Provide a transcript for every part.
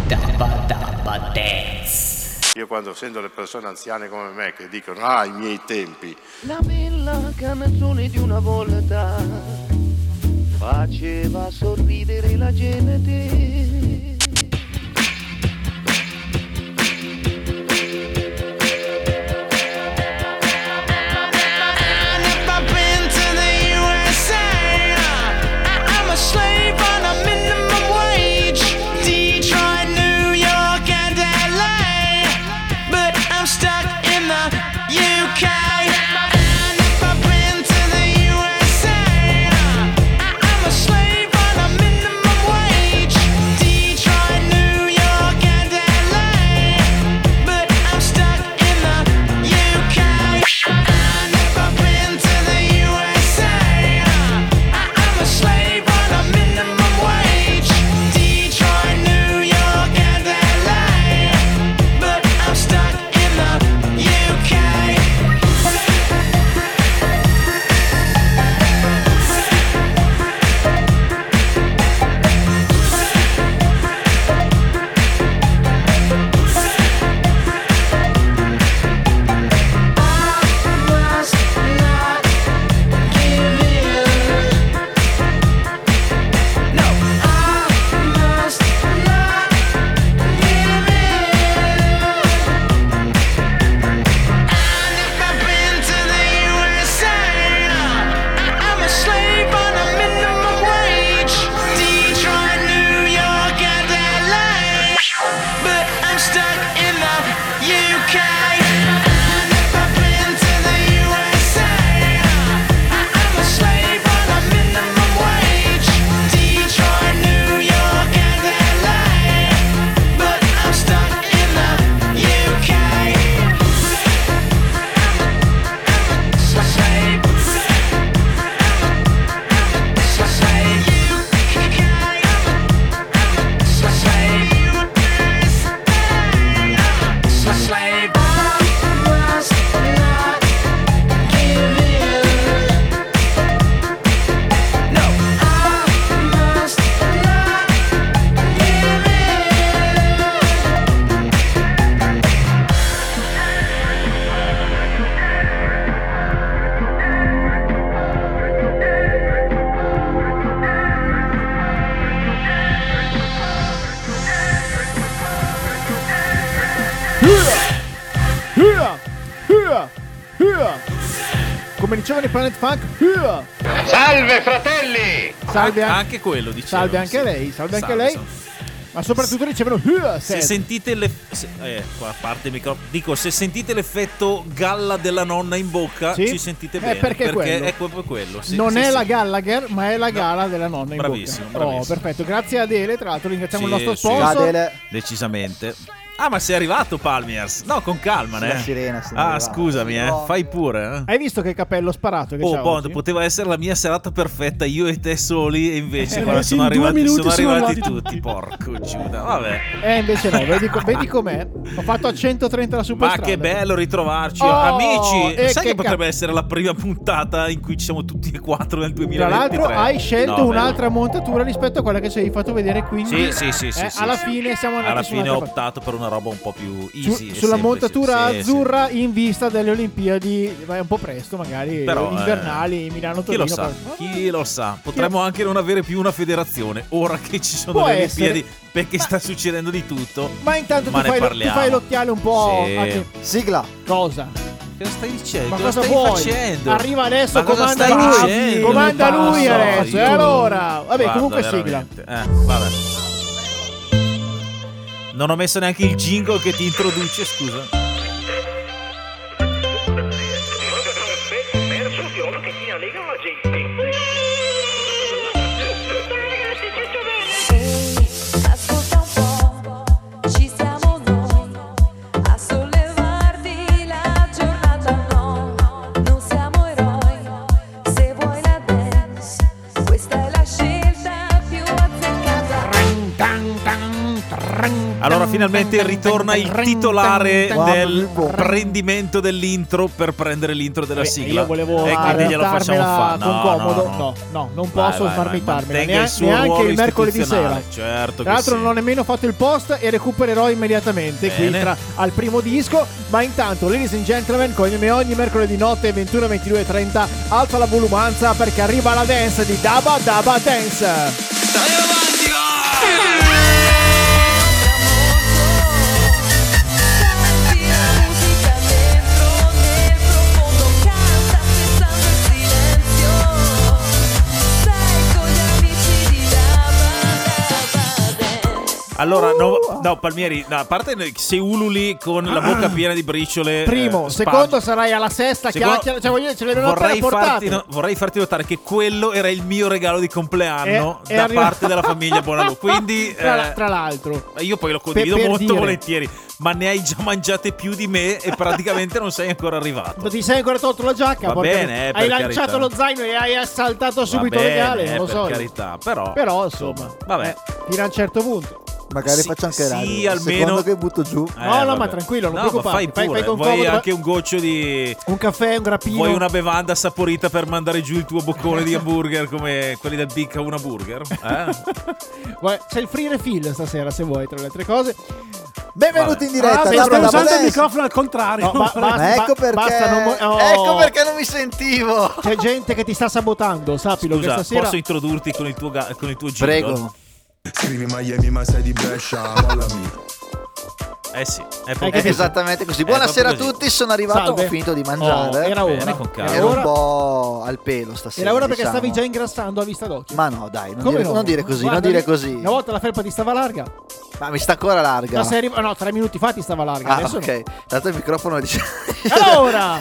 Dabba dabba dance. Io quando sento le persone anziane come me che dicono i miei tempi. La bella canzone di una volta faceva sorridere la gente. Come dicevano i Planet Funk. Salve fratelli! Salve anche quello dicevano. Salve anche lei, salve anche lei. Ma soprattutto dicevano se sentite qua a parte il microfono. Dico, se sentite l'effetto galla della nonna in bocca, ci sentite bene. Perché è proprio quello. Non è la Gallagher, ma è la gala della nonna in bravissimo, bocca. Bravissimo. Oh, perfetto. Grazie Adele, tra l'altro ringraziamo il nostro sponsor. Decisamente. Ah, ma sei arrivato, Palmiers? No, con calma, La sirena. Scusami, fai pure. Hai visto che capello sparato che c'ha oggi? Poteva essere la mia serata perfetta, io e te soli, e invece sono arrivati tutti. Porco Giuda, vabbè. Invece no, vedi com'è? Ho fatto a 130 la superstrada. Ma che bello ritrovarci, amici. Sai che potrebbe essere la prima puntata in cui ci siamo tutti e quattro nel 2023? Tra l'altro hai scelto un'altra montatura rispetto a quella che ci hai fatto vedere, quindi sì, alla fine siamo andati. Alla fine ho optato per una roba un po' più easy sulla montatura azzurra in vista delle Olimpiadi. Vai un po' presto, magari però, invernali, Milano-Torino. Chi lo sa, potremmo anche non avere più una federazione ora che ci sono le Olimpiadi, perché sta succedendo di tutto. Ma intanto tu fai l'occhiale un po'. Sigla. Cosa? Che stai dicendo? Ma cosa vuoi? Facendo? Arriva adesso, comanda lui adesso. E allora, vabbè, comunque sigla. Vabbè. Non ho messo neanche il jingle che ti introduce, scusa. Allora finalmente ritorna il titolare del prendimento dell'intro per prendere l'intro della sigla. Io volevo e quindi glielo facciamo fare. con comodo. No, non posso smarmitarmela neanche il mercoledì sera. Certo. Tra l'altro non ho nemmeno fatto il post e recupererò immediatamente qui al primo disco. Ma intanto, ladies and gentlemen, come ogni mercoledì notte 21, 22 30, alza la volumanza perché arriva la dance di Dabba Dabba Dance. Dai avanti, Allora, no, Palmieri, a parte se ululi con la bocca piena di briciole. Primo, secondo sarai alla sesta chiacchiera. Cioè, ce le avevo appena portate. Vorrei farti notare che quello era il mio regalo di compleanno da parte della famiglia Buonalù. Quindi, tra l'altro, io poi lo condivido molto volentieri. Ma ne hai già mangiate più di me e praticamente non sei ancora arrivato. Non ti sei ancora tolto la giacca? Va bene, hai lanciato lo zaino e hai assaltato subito il regalo. Non lo so. Per carità, però insomma, vabbè. Fino a un certo punto. Magari faccio anche radio. Sì, almeno. Secondo che butto giù. No, ma tranquillo, non preoccupare. Fai pure. Vuoi anche un goccio di. Un caffè, un grappino. Vuoi una bevanda saporita per mandare giù il tuo boccone di hamburger come quelli del Big Una Burger? C'è il free refill stasera se vuoi, tra le altre cose. Benvenuti in diretta. Stai usando il microfono al contrario. Ecco perché non mi sentivo. C'è gente che ti sta sabotando, sappilo. Scusa, che stasera posso introdurti con il tuo jingle? Prego. Scrivi Miami ma sei di Brescia, mollami. Sì, è esattamente così. Buonasera a tutti, sono arrivato, ho finito di mangiare. Era ora. Ero un po' al pelo stasera. Era ora perché stavi già ingrassando a vista d'occhio. Ma no, dai, non dire così, non dire così. Una volta la felpa ti stava larga. Ma mi sta ancora larga. No, 3 minuti fa ti stava larga. Adesso ok. Tanto il microfono dice. Allora,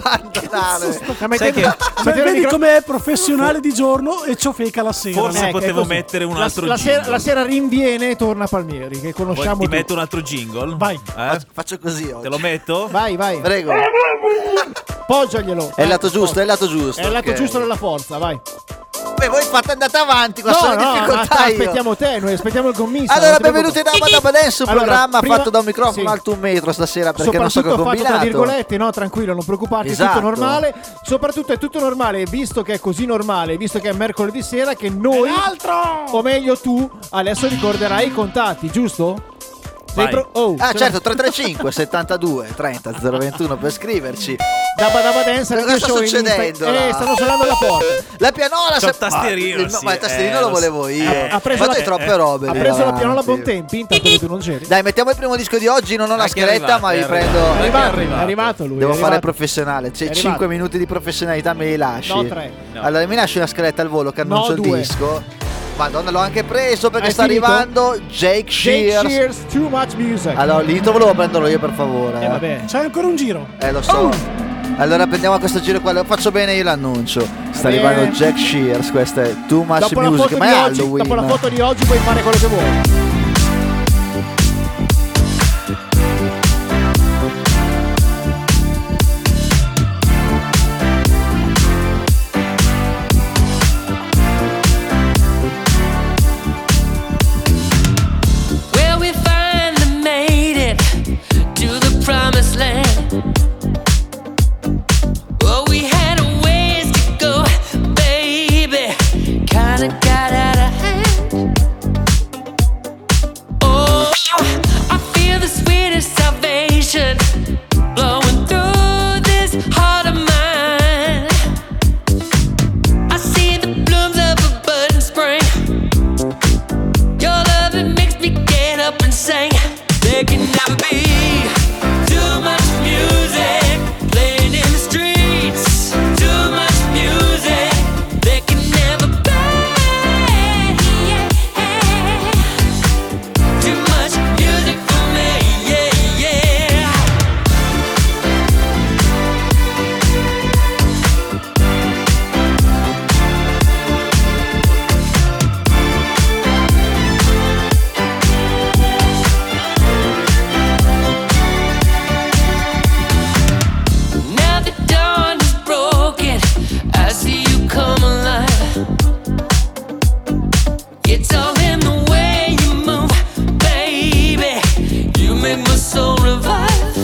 vedi com'è professionale di giorno e ciofeca la sera. Forse potevo mettere un altro jingle. La sera rinviene e torna Palmieri, che conosciamo. Ti metto un altro jingle? Vai. Faccio così oggi. Te lo metto? Vai. Prego. Poggiaglielo. È il lato giusto, È il lato giusto della forza, vai. Beh, voi fate andate avanti con sono in difficoltà. Aspettiamo te, noi aspettiamo il commisso. Allora, benvenuti da Dabba Dance, un programma fatto da un microfono alto 1 metro stasera perché non so che ho combinato. Fatto tra virgolette, no, tranquillo, non preoccuparti, esatto. È tutto normale. Soprattutto è tutto normale, visto che è così normale, visto che è mercoledì sera, che noi, o meglio tu, adesso ricorderai i contatti, giusto? Certo, 335 72 30 021 per scriverci. Dabba Dance. Cosa sta succedendo? Stanno suonando la porta. La pianola. C'è il tastierino. Ma il tastierino lo volevo io. Ha preso troppe robe. Ha preso la pianola a buon tempi. Intanto che tu non c'eri. Dai, mettiamo il primo disco di oggi. Non ho la scaletta, ma vi prendo. È arrivato lui. Devo fare professionale. 5 minuti di professionalità me li lasci? No, 3. Allora mi lasci una scaletta al volo che annuncio il disco. Madonna, l'ho anche preso perché sta arrivando Jake Shears. Too Much Music. Allora, l'intro volevo prenderlo io, per favore. Vabbè. C'è ancora un giro. Lo so. Allora prendiamo questo giro qua. Lo faccio bene, io l'annuncio. Sta arrivando Jake Shears. Questo è Too Much Music. Ma è Halloween. Dopo la foto di oggi puoi fare quello che vuoi. Got out of hand. make my soul revive.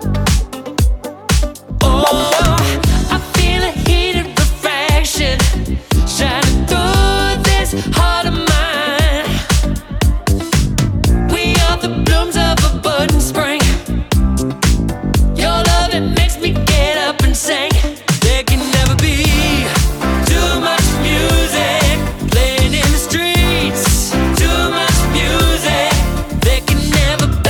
Oh, I feel a heated refraction shining through this heart of mine. We are the blooms of a budding spring. Your love, it makes me get up and sing. There can never be too much music playing in the streets. Too much music, there can never be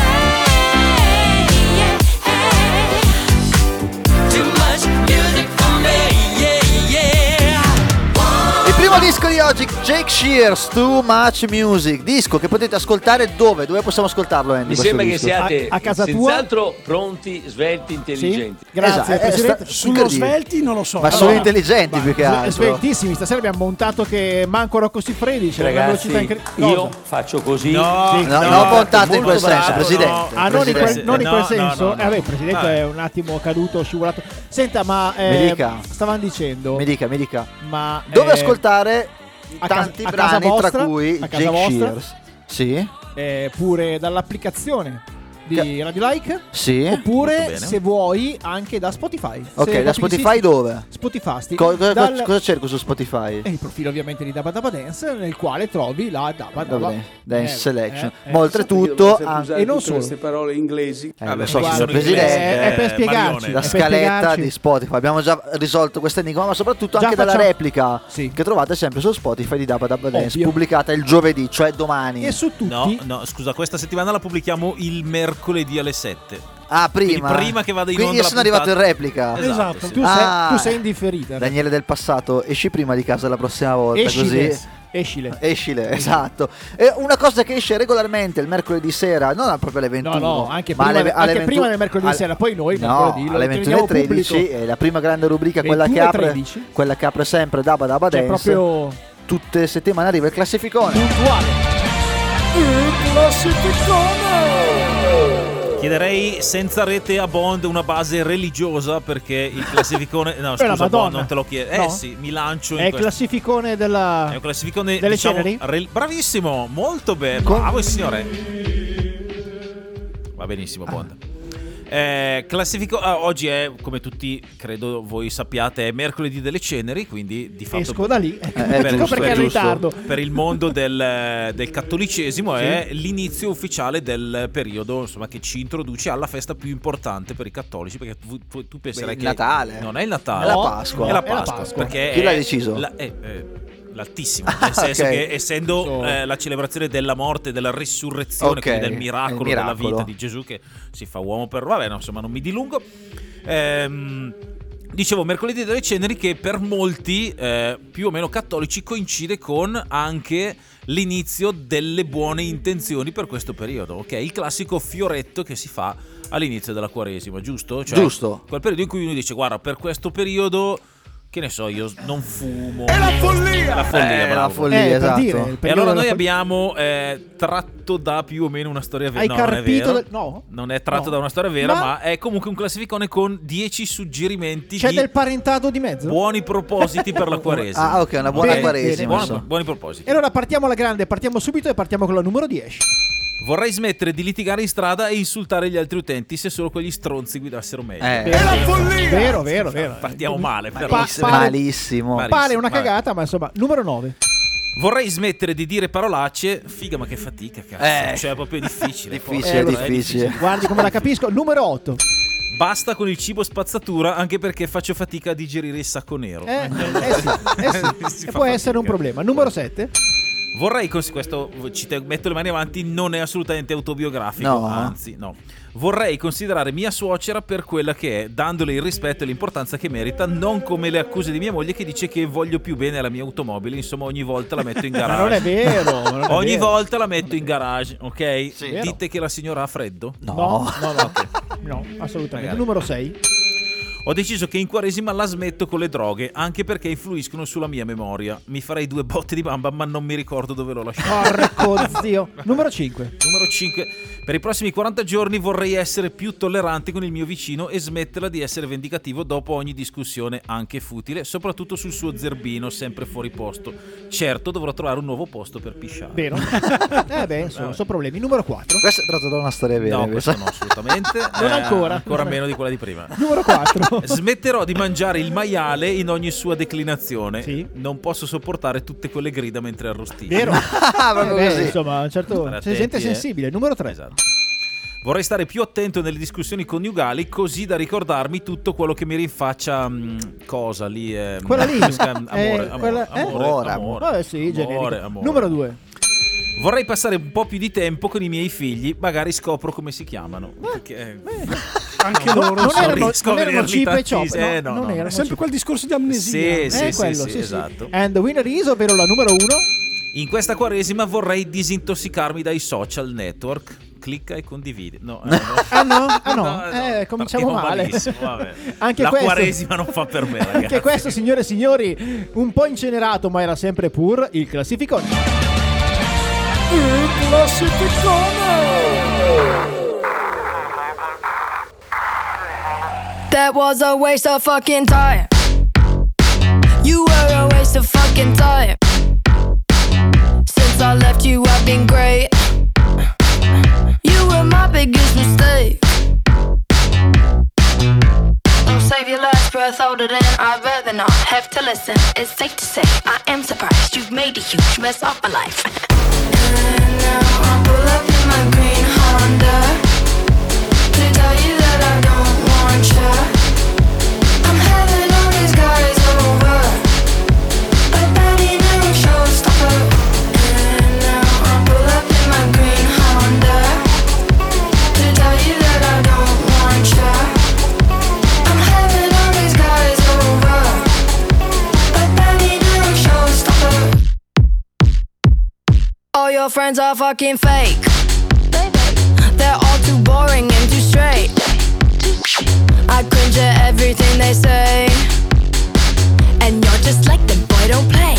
too much music for me, yeah. Il primo disco di oggi, Jake Shears, Too Much Music, disco che potete ascoltare dove? Dove possiamo ascoltarlo, Andy? Mi sembra che disco? siate a casa tua? senz'altro pronti, svelti, intelligenti. Grazie, Presidente. Sullo svelti non lo so. Ma sono intelligenti più che altro. Sveltissimi, stasera abbiamo montato che manco Rocco Siffredi, c'è una Ragazzi, velocità io faccio così. No, non montate in quel senso, Presidente. Non in quel senso? no. Il Presidente è un attimo caduto, scivolato. Senta, ma Mi dica. stavano dicendo Mi dica. ma Dove ascoltare a tanti casa- a casa brani, vostra? tra cui A casa Jake vostra? Shears. Sì? pure dall'applicazione di Radio Like, sì, oppure se vuoi anche da Spotify. Ok, se da Spotify dove? Spotify. Cosa cerco su Spotify? E il profilo ovviamente di Dabba Dabba Dance, nel quale trovi la Dabba Dabba Dance Selection. Ma oltretutto e non solo queste parole inglesi. lo so, signor Presidente, è per spiegarci la scaletta di Spotify. Abbiamo già risolto questo enigma, ma soprattutto anche dalla replica che trovate sempre su Spotify di Dabba Dabba Dance, pubblicata il giovedì, cioè domani. E su tutti. No, scusa, questa settimana la pubblichiamo il mercoledì alle 7. Ah, prima? Quindi prima che vada in Quindi onda. io sono arrivato in replica. Esatto. Sì. Tu sei indifferita. Daniele del passato, esci prima di casa la prossima volta. Escile, esatto. E una cosa che esce regolarmente il mercoledì sera, non proprio alle 21. No, anche prima del mercoledì sera, poi noi mercoledì alle 21:13 è la prima grande rubrica, quella che apre sempre Dabba Dabba Dance. Proprio tutte le settimane arriva il classificone. Puntuale. Il classificone. Chiederei senza rete a Bond una base religiosa, perché il classificone no, scusa Bond, non te lo chiedo. No? Sì, mi lancio in è il classificone della è un classificone, delle diciamo, ceneri? Bravissimo, molto bene. Bravo il signore. Va benissimo Bond. Oggi è, come tutti credo voi sappiate, è mercoledì delle ceneri, quindi di fatto esco da lì perché è in ritardo. Per il mondo del cattolicesimo è l'inizio ufficiale del periodo, insomma, che ci introduce alla festa più importante per i cattolici, perché tu penserai che Natale. Non è il Natale, è la Pasqua. È la Pasqua. Perché chi l'ha deciso? L'Altissimo, nel senso che essendo la celebrazione della morte, della risurrezione, quindi del miracolo della vita di Gesù che si fa uomo per... Vabbè, no, insomma, non mi dilungo. Dicevo, mercoledì delle ceneri, che per molti più o meno cattolici coincide con anche l'inizio delle buone intenzioni per questo periodo, ok? Il classico fioretto che si fa all'inizio della Quaresima, giusto? Cioè, giusto. Quel periodo in cui uno dice, guarda, per questo periodo... Che ne so, io non fumo. È la follia! La follia, esatto. E allora noi abbiamo tratto da più o meno una storia vera. Non è vero. Non è tratto da una storia vera, ma è comunque un classificone con 10 suggerimenti. C'è del parentado di mezzo? Buoni propositi per la Quaresima. Ah, ok, una buona Quaresima. Buoni propositi. E allora partiamo alla grande, partiamo subito e partiamo con la numero 10. Vorrei smettere di litigare in strada e insultare gli altri utenti se solo quegli stronzi guidassero meglio. È la follia! Vero. Partiamo male, però. Malissimo. Pare una cagata, ma insomma, numero 9. Vorrei smettere di dire parolacce. Figa, ma che fatica, cazzo. Cioè, è proprio difficile. difficile. Guardi come la capisco. Numero 8. Basta con il cibo spazzatura, anche perché faccio fatica a digerire il sacco nero. Sì. Può essere un problema. Numero 7. Vorrei, questo metto le mani avanti, non è assolutamente autobiografico, anzi no. Vorrei considerare mia suocera per quella che è, dandole il rispetto e l'importanza che merita, non come le accuse di mia moglie che dice che voglio più bene alla mia automobile, insomma ogni volta la metto in garage. Ma non è vero. Ogni volta la metto in garage, ok? Sì. Dite che la signora ha freddo? No, assolutamente. Numero 6. Ho deciso che in Quaresima la smetto con le droghe, anche perché influiscono sulla mia memoria. Mi farei 2 botte di bamba, ma non mi ricordo dove l'ho lasciato. Porco zio. Numero 5. Numero 5. Per i prossimi 40 giorni vorrei essere più tollerante con il mio vicino e smetterla di essere vendicativo dopo ogni discussione, anche futile, soprattutto sul suo zerbino, sempre fuori posto. Certo, dovrò trovare un nuovo posto per pisciare. Vero? Sono problemi. Numero 4. Questa è tratta da una storia vera. No, questo no, assolutamente. Non ancora. Ancora meno di quella di prima. Numero 4. Smetterò di mangiare il maiale in ogni sua declinazione. Sì. Non posso sopportare tutte quelle grida mentre arrostisco. Vero? Insomma, certo, c'è gente sensibile. Numero 3. Esatto. Vorrei stare più attento nelle discussioni coniugali, così da ricordarmi tutto quello che mi rinfaccia. Cosa lì? Quella lì. Amore. Sì, generico. Numero 2. Vorrei passare un po' più di tempo con i miei figli, magari scopro come si chiamano. Perché anche loro non erano Chip e Chop. È sempre quel discorso di amnesia. Sì, esatto. And the winner is, ovvero la numero 1. In questa Quaresima vorrei disintossicarmi dai social network. Clicca e condividi. No. Cominciamo male. Anche la Quaresima non fa per me, ragazzi. Anche questo, signore e signori, un po' incenerato, ma era sempre pur il classificone. Il classificone. That was a waste of fucking time. You were a waste of fucking time. Since I left you, I've been great. You were my biggest mistake. Don't save your last breath older than I'd rather not have to listen. It's safe to say I am surprised you've made a huge mess of my life. And now I pull up in my green Honda to tell you that I don't want you. I'm having all these guys over, but that ain't no showstopper. And now I pull up in my green Honda to tell you that I don't want you. I'm having all these guys over, but that ain't no showstopper. All your friends are fucking fake. They're all too boring and too straight. I cringe at everything they say, and you're just like them, boy, don't play.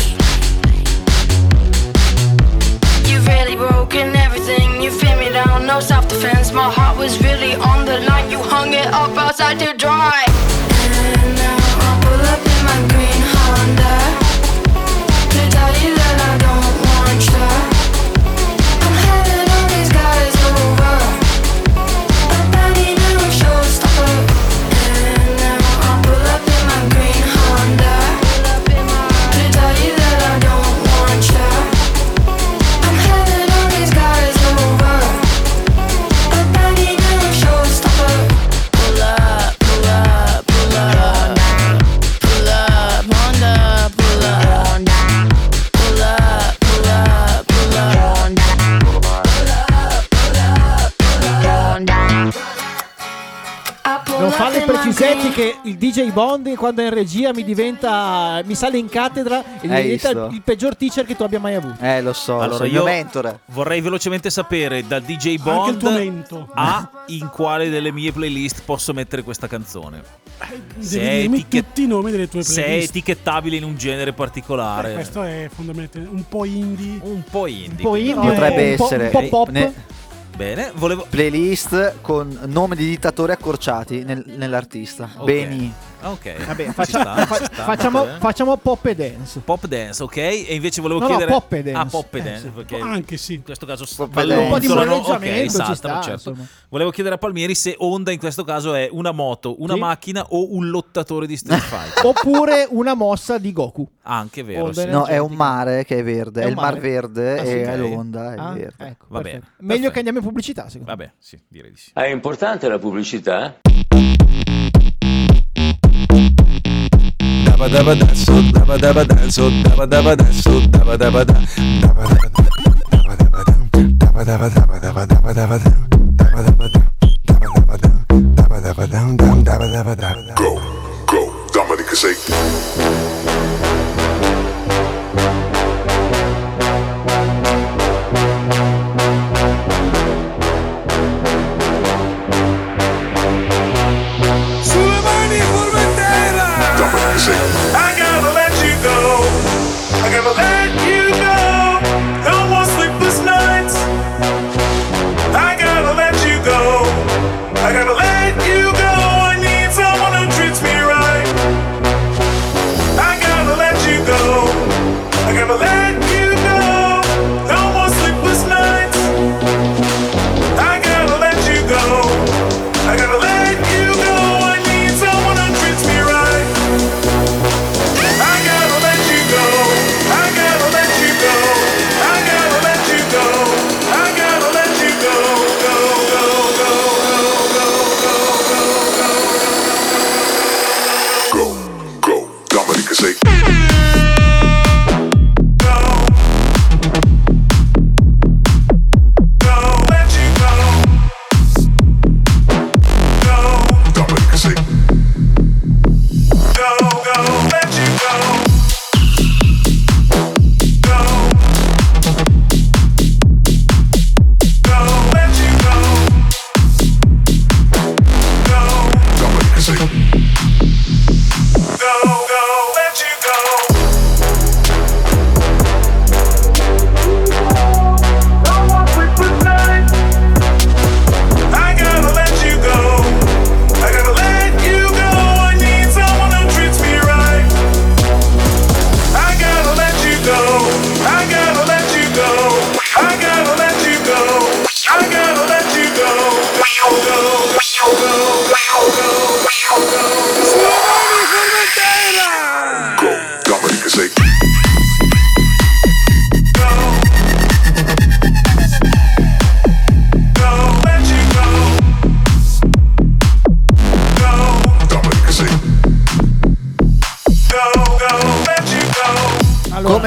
You've really broken everything, you feel me down, no self-defense. My heart was really on the line, you hung it up outside to dry. And now I pull up in my green Honda to tell you that I don't want you. I'm having all these guys over, but that ain't no showstopper. And now I pull up in my green Honda to tell you that I don't want you. I'm having all these guys over, but that ain't no showstopper. Pull up, pull up, pull up, pull up, Honda, pull up, pull up, pull up, pull up, Non fanno i precisetti che il DJ Bond quando è in regia mi sale in cattedra e diventa il peggior teacher che tu abbia mai avuto. Lo so, allora, il mio mentore. Vorrei velocemente sapere da DJ Bond in quale delle mie playlist posso mettere questa canzone. Devi dirmi tutti i nomi delle tue playlist. Se è etichettabile in un genere particolare. Questo è fondamentalmente un po' indie. Potrebbe essere un po' pop. Bene, playlist con nome di dittatori accorciati nell'artista. Beni. Ok. Vabbè, facciamo pop e dance. Pop dance, ok. E invece volevo chiedere pop e dance. Pop e dance, perché anche sì. In questo caso un po' di moleggiamento, esatto, ci sta, certo. Volevo chiedere a Palmieri se Honda in questo caso è una moto, una macchina o un lottatore di Street Fighter. Oppure una mossa di Goku. Anche vero. No, è un mare che è verde, è il mar verde e l'onda è verde. Ecco, va bene. Meglio che andiamo in pubblicità, secondo me. Vabbè, sì, direi di sì. È importante la pubblicità? Dabba dabba danzo, dabba dabba danzo, dabba dabba danzo, dabba dabba da, dabba dabba dabba dabba dabba dabba dabba dabba dabba dabba dabba dabba dabba dabba dabba. Go, Dominica say. Sulle mani,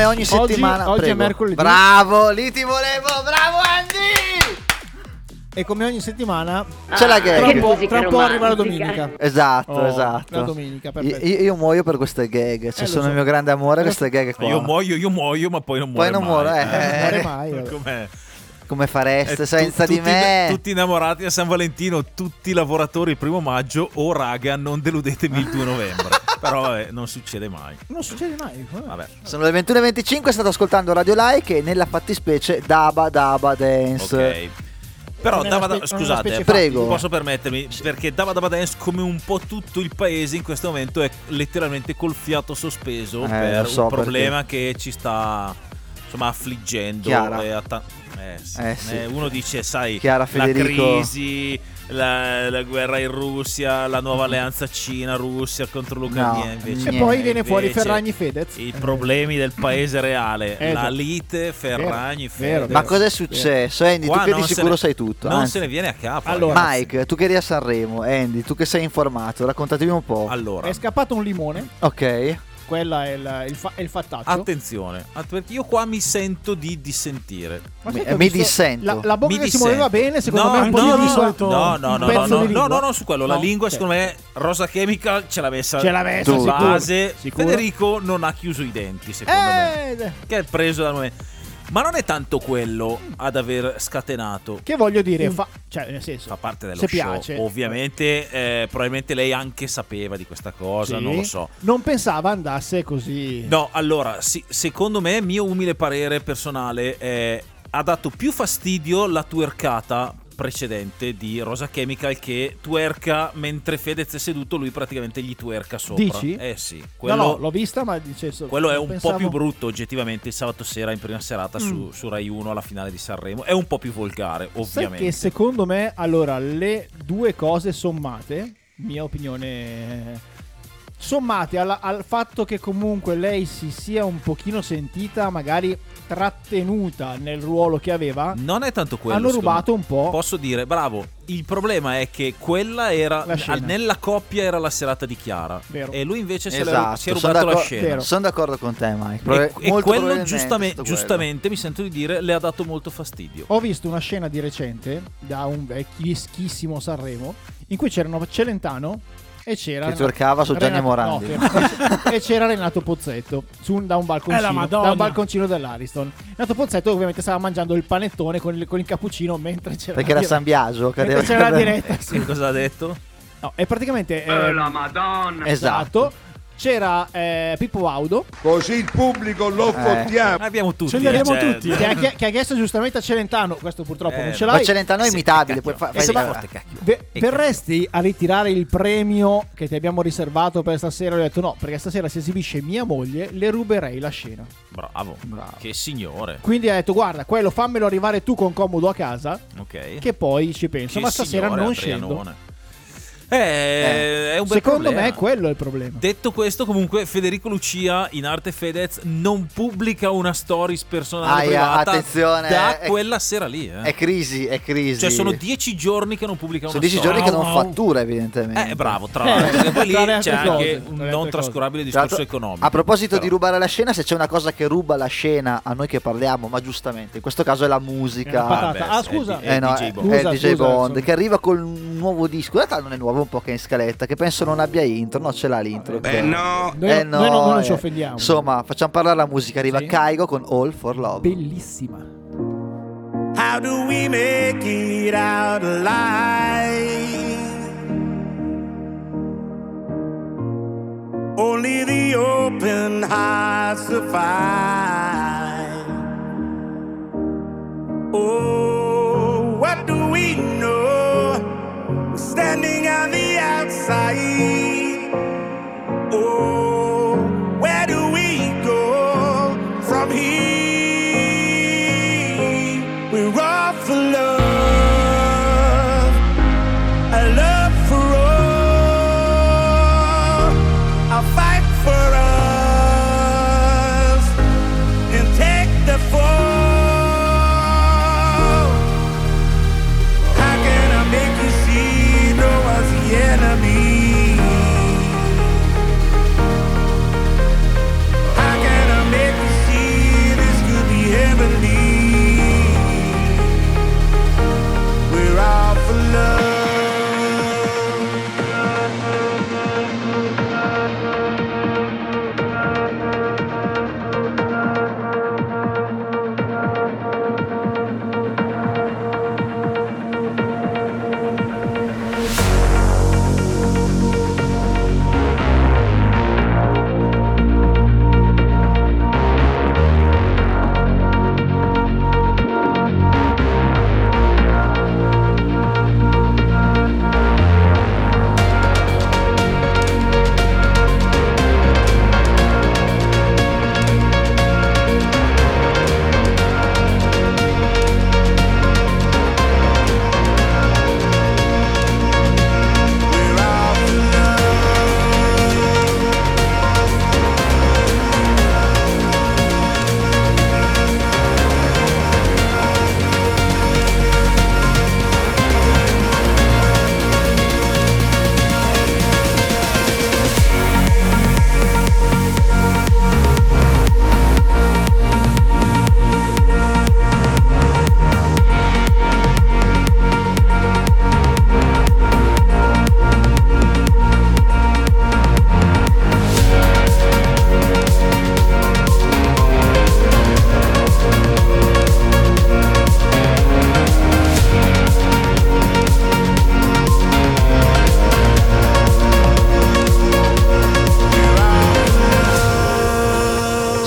ogni settimana. Oggi prego. è mercoledì. Bravo, lì ti volevo. Bravo Andy. E come ogni settimana c'è la gag. Tra un po' arriva la domenica. Esatto. La domenica, perfetto. Io muoio per queste gag. Sono il mio grande amore queste gag qua. Io muoio, ma poi non muore non mai. muore, Non muore mai. Com'è? Come fareste senza di me? Tutti innamorati a San Valentino, tutti lavoratori il 1 maggio. Oh raga, non deludetemi il 2 novembre. Però vabbè, non succede mai. Non succede mai. Vabbè. Sono le 21:25, state ascoltando Radio Like e nella fattispecie Dabba Dabba Dance. Ok. Però scusate, prego. Posso permettermi, perché Dabba Dabba Dance, come un po' tutto il paese in questo momento, è letteralmente col fiato sospeso per un problema che ci sta insomma affliggendo. Uno dice, sai, Chiara, la Federico. crisi, la guerra in Russia, la nuova alleanza Cina-Russia contro l'Ucraina. Invece, e poi viene fuori Ferragni Fedez. I problemi del paese reale, la lite Ferragni Fedez. Ma cosa è successo, Andy? Qua tu che di sicuro sai tutto. Non se ne viene a capo. Allora, Mike, tu che eri a Sanremo, Andy, tu che sei informato, raccontatemi un po'. Allora, è scappato un limone. Ok. Quella è il fattaccio. Attenzione, perché io qua mi sento di dissentire. Mi dissento. La bocca che si muoveva bene, secondo me un po' di solito. No, su quello. La lingua, secondo me, Rosa Chemical ce l'ha messa su base. Sicuro. Federico non ha chiuso i denti, secondo me. Che è preso dal momento. Ma non è tanto quello ad aver scatenato. Che voglio dire, cioè nel senso, fa parte dello se show. Piace. Ovviamente, probabilmente lei anche sapeva di questa cosa, non lo so. Non pensava andasse così. No, allora, secondo me, mio umile parere personale, ha dato più fastidio la twerkata precedente di Rosa Chemical, che twerka mentre Fedez è seduto, lui praticamente gli twerka sopra. Dici? Sì. Quello, no, l'ho vista, ma quello è un po' più brutto oggettivamente. Il sabato sera in prima serata su Rai 1 alla finale di Sanremo è un po' più volgare, ovviamente. Sai che secondo me, allora, le due cose sommate, mia opinione, sommate al fatto che comunque lei si sia un pochino sentita magari trattenuta nel ruolo che aveva, non è tanto quello, hanno rubato un po'. Posso dire, bravo, il problema è che quella era nella coppia era la serata di Chiara. Vero. E lui invece si è rubato la scena. Sono d'accordo con te, Mike. E quello giustamente mi sento di dire le ha dato molto fastidio. Ho visto una scena di recente da un vecchissimo Sanremo in cui c'erano Celentano e c'era che twerkava su Gianni Morandi, e c'era Renato Pozzetto da un balconcino dell'Ariston. Renato Pozzetto ovviamente stava mangiando il panettone con il cappuccino mentre c'era, perché era San Biagio, c'era la diretta. Che cosa ha detto? No, è praticamente la Madonna. Esatto. C'era Pippo Baudo. Così il pubblico lo fottiamo. Abbiamo tutti. Ce li abbiamo tutti. Che ha chiesto giustamente a Celentano. Questo purtroppo non ce l'hai. Ma Celentano è imitabile. Verresti a ritirare il premio che ti abbiamo riservato per stasera? Ho detto no, perché stasera si esibisce mia moglie, le ruberei la scena. Bravo. Che signore. Quindi ha detto guarda, quello fammelo arrivare tu con comodo a casa. Ok. Che poi ci penso. Ma stasera non scendo. È un bel secondo problema. me quello è il problema. Detto questo, comunque Federico Lucia in arte Fedez non pubblica una stories personale privata attenzione, da quella sera lì. È crisi. Cioè sono 10 giorni che non pubblica una storia. Sono 10 giorni che non fattura, evidentemente. Bravo, tra l'altro. Perché poi lì c'è anche un non trascurabile discorso economico. A proposito di rubare la scena, se c'è una cosa che ruba la scena a noi che parliamo, ma giustamente in questo caso è la musica. Scusa, è il DJ Bond che arriva con un nuovo disco. In realtà non è nuovo, un po' che è in scaletta, che penso non abbia intro. No, ce l'ha l'intro. Noi non ci offendiamo. Insomma, facciamo parlare la musica. Arriva Kygo con All for Love. Bellissima. How do we make it out alive? Only the open heart survive. Oh, what do we know? Standing on the outside. Oh, where do we go from here? We're all for love, a love for all. I'll fight for us and take the fall.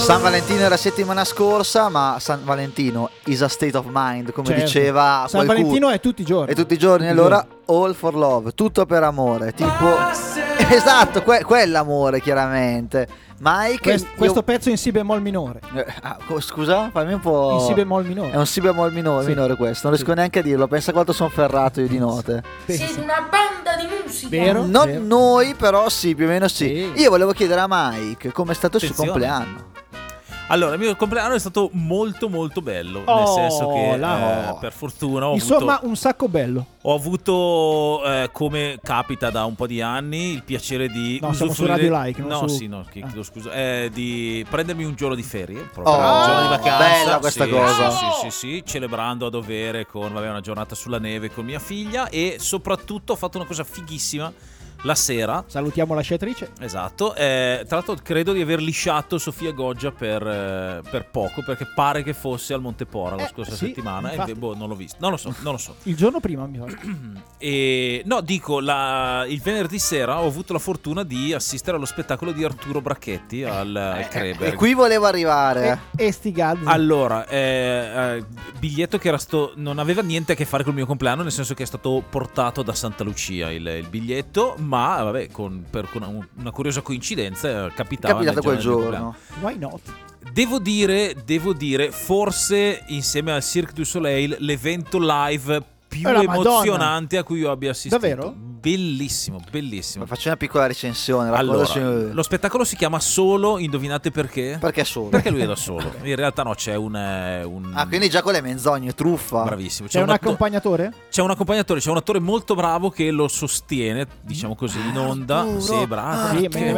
San Valentino era settimana scorsa, ma San Valentino is a state of mind, come diceva San qualcuno. Valentino è tutti i giorni. È tutti i giorni, allora all for love, tutto per amore, tipo esatto, quell'amore chiaramente. Mike, questo pezzo in si bemoll minore. Scusa, fammi un po'. In si bemoll minore. È un si bemoll minore questo, non riesco neanche a dirlo. Pensa quanto sono ferrato io di note. Siete una banda di musica. Vero? Non noi, però sì, più o meno sì. Io volevo chiedere a Mike com'è stato il suo compleanno. Allora, il mio compleanno è stato molto molto bello, nel senso che per fortuna ho avuto, un sacco bello. Ho avuto, come capita da un po' di anni, il piacere di siamo su Radio Like, chiedo scusa, di prendermi un giorno di ferie, proprio un giorno di vacanza. Bella questa cosa. Sì, celebrando a dovere con una giornata sulla neve con mia figlia, e soprattutto ho fatto una cosa fighissima. La sera salutiamo la sciatrice. Esatto, tra l'altro credo di aver lisciato Sofia Goggia per poco, perché pare che fosse al Montepora la scorsa settimana, e non l'ho visto, non lo so. Il giorno prima mi pare. E no, dico, il venerdì sera ho avuto la fortuna di assistere allo spettacolo di Arturo Bracchetti al Kreberg. E qui volevo arrivare. E sti gazzi. Allora, biglietto che non aveva niente a che fare col mio compleanno, nel senso che è stato portato da Santa Lucia il biglietto, ma vabbè, per una curiosa coincidenza capitava quel giorno. Why not? Devo dire, forse insieme al Cirque du Soleil, l'evento live più emozionante a cui io abbia assistito. Davvero? Bellissimo. Faccio una piccola recensione. Allora, lo spettacolo si chiama Solo, indovinate perché? Perché solo? Perché lui è da solo. In realtà no, c'è un quindi già con le menzogne, truffa. Bravissimo. C'è un accompagnatore? C'è un accompagnatore, c'è un attore molto bravo che lo sostiene, diciamo così, in onda. Sì, bravo.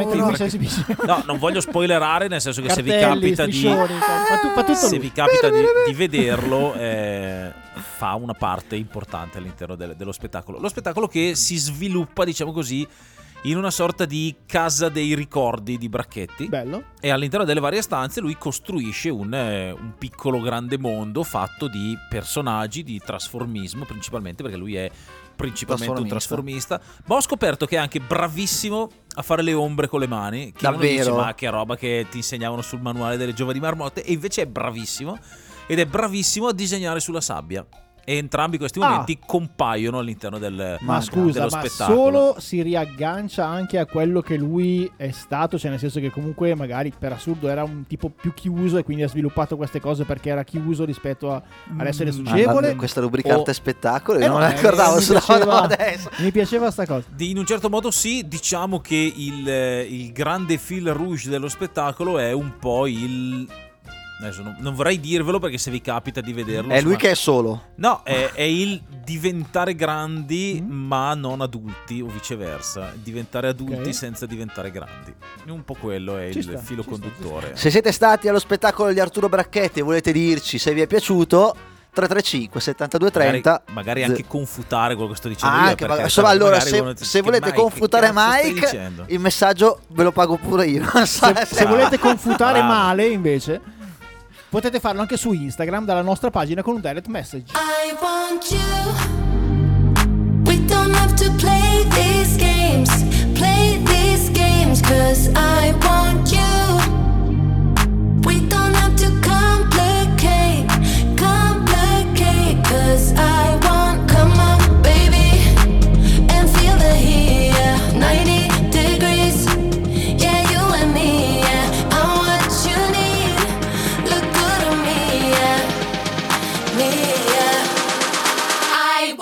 No, non voglio spoilerare, nel senso che Cartelli, se vi capita striscioni, vi capita di vederlo, fa una parte importante all'interno dello spettacolo. Lo spettacolo che si sviluppa, diciamo così, in una sorta di casa dei ricordi di Bracchetti. Bello. E all'interno delle varie stanze lui costruisce un piccolo grande mondo fatto di personaggi, di trasformismo principalmente, perché lui è principalmente un trasformista. Ma ho scoperto che è anche bravissimo a fare le ombre con le mani. Che davvero? Uno dice, ma che roba che ti insegnavano sul manuale delle giovani marmotte. E invece è bravissimo, ed è bravissimo a disegnare sulla sabbia. E entrambi questi momenti compaiono all'interno dello spettacolo. Solo si riaggancia anche a quello che lui è stato, cioè nel senso che comunque magari per assurdo era un tipo più chiuso e quindi ha sviluppato queste cose perché era chiuso rispetto ad essere socievole. Questa rubrica arte spettacolo io non la ricordavo, adesso. Mi piaceva sta cosa. In un certo modo sì, diciamo che il grande fil rouge dello spettacolo è un po' adesso non vorrei dirvelo perché se vi capita di vederlo... È lui che è solo. No, è il diventare grandi ma non adulti, o viceversa. Diventare adulti senza diventare grandi. Un po' quello è il filo conduttore. Se siete stati allo spettacolo di Arturo Bracchetti e volete dirci se vi è piaciuto, 335 72 30. Magari anche confutare quello che sto dicendo io. Insomma, allora se volete confutare Mike, il messaggio ve lo pago pure io. Se volete confutare male invece, potete farlo anche su Instagram dalla nostra pagina con un direct message. I want you. We don't have to play these games. Play these games 'cause I want you. We don't have to complicate 'cause I want. Come on, baby, and feel the heat. 90 degrees. Yeah, you and me. Yeah, I'm what you need. Look good on me, yeah. Me, yeah. I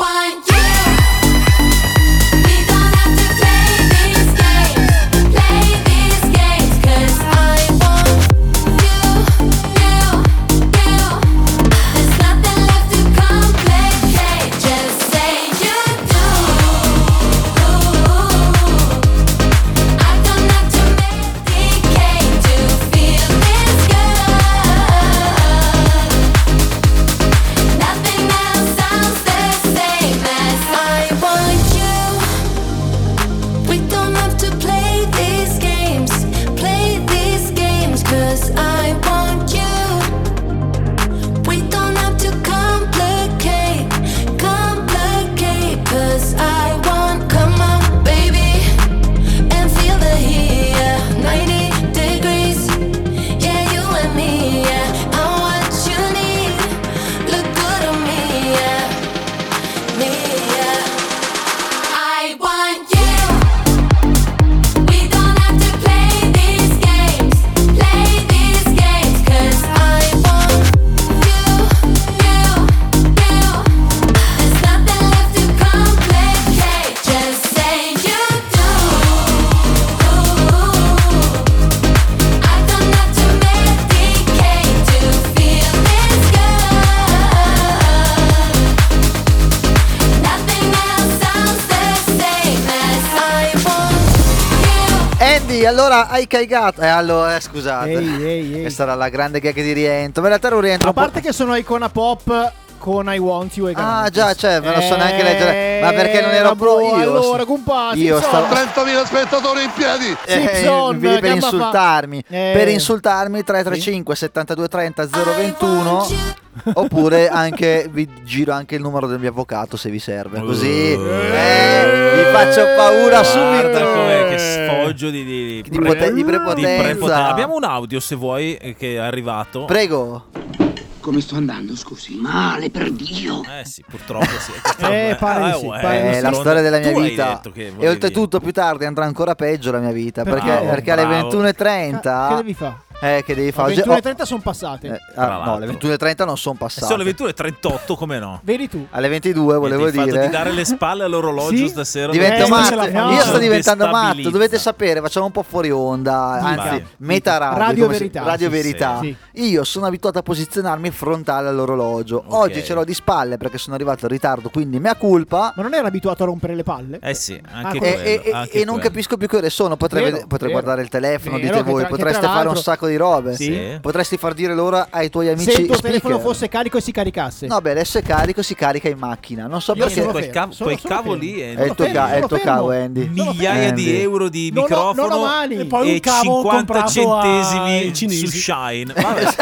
Andy, allora hai caigato. Allora, scusate. Ehi. Questa era la grande gag di rientro. Ma in realtà era un rientro. A parte che sono icona pop con I Want You e Ah già, cioè, me lo so neanche leggere. Ma perché non ero pro io? Allora, compagni, io stavo 30.000 spettatori in piedi. per insultarmi. Per insultarmi 335 72 30 021. Oppure anche vi giro anche il numero del mio avvocato se vi serve. Così vi faccio paura subito. Guarda com'è che sfoggio di prepotenza. Abbiamo un audio se vuoi che è arrivato. Prego. Come sto andando, scusi? Male, per Dio. Sì, purtroppo sì. È la storia della mia vita. E oltretutto più tardi andrà ancora peggio la mia vita. Perché alle 21:30 che devi fare? Che devi fare? Le 21:30 sono passate. No, le 21:30 non sono passate. Sono le 21:38, come no? Vedi tu. Alle 22 volevo dire. Di dare le spalle all'orologio stasera. Divento matto. Io sto diventando matto. Dovete sapere, facciamo un po' fuori onda. Anzi, meta radio. Radio Verità. Sì. Io sono abituato a posizionarmi frontale all'orologio. Oggi ce l'ho di spalle perché sono arrivato in ritardo, quindi mea culpa. Ma non eri abituato a rompere le palle? Sì, anche quello. E non capisco più che ore sono. Potrei guardare il telefono, dite voi. Potreste fare un sacco di robe. Sì. Potresti far dire l'ora ai tuoi amici. Se il tuo speaker. telefono fosse carico e si caricasse. No, beh, adesso è carico, si carica in macchina. Non so perché. Quel cavo lì è il tuo cavo, Andy. Migliaia di euro di microfono e poi un cavo 50 centesimi cinesi su Shine.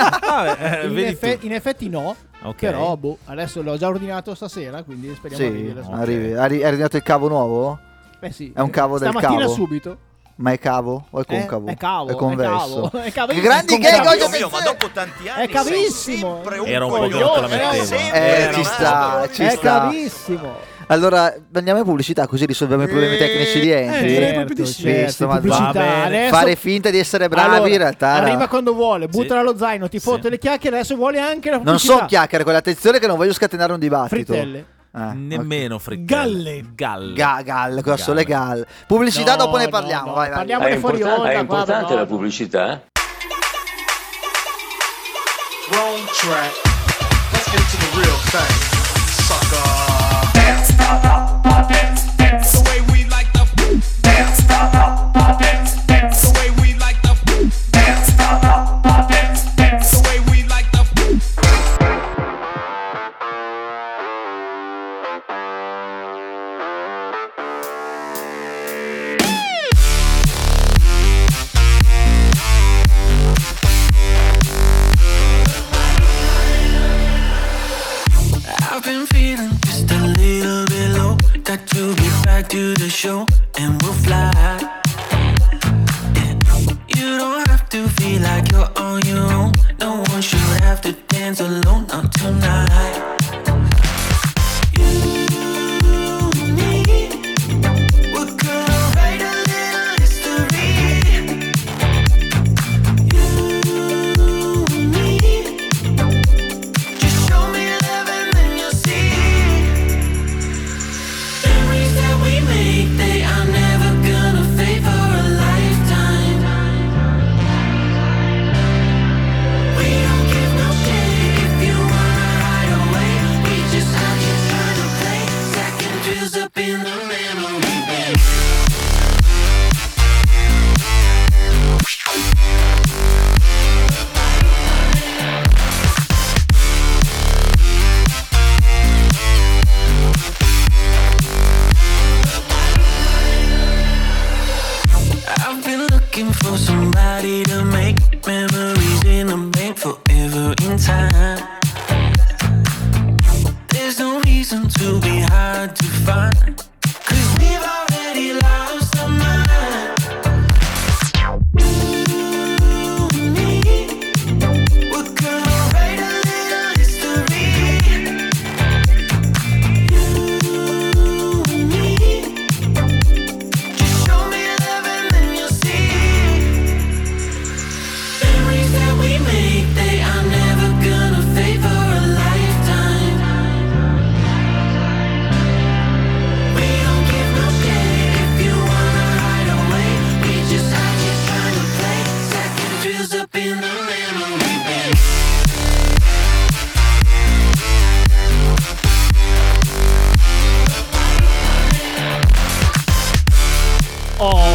In effetti no. Però adesso l'ho già ordinato stasera, quindi speriamo arrivi. Hai ordinato il cavo nuovo? Sì. È un cavo del cavo. Stamattina subito. Ma è cavo o è concavo? È cavo. È convesso. È cavo. Che grandi gag oggi. Ma dopo tanti anni è cavissimo. Era un po' che non te la mettevo. Ci sta. È cavissimo. Allora andiamo in pubblicità così risolviamo i problemi tecnici di Andy. Fare finta di essere bravi in realtà. Arriva quando vuole, butta allo zaino, ti fotte le chiacchiere, adesso vuole anche la pubblicità. Non so chiacchiere, con l'attenzione che non voglio scatenare un dibattito. Frittelle. Nemmeno frittelle. Galle, cosa sono le galle? Pubblicità dopo ne parliamo. Vai. Parliamone fuori onda. È importante la pubblicità? Wrong track. Let's get to the real thing. Sucker. I've been feeling just a little bit low. Got to get back to the show and we'll fly. And you don't have to feel like you're on your own. No one should have to dance alone, not tonight. For somebody to make memories in the bank forever in time. There's no reason to be hard to find, 'cause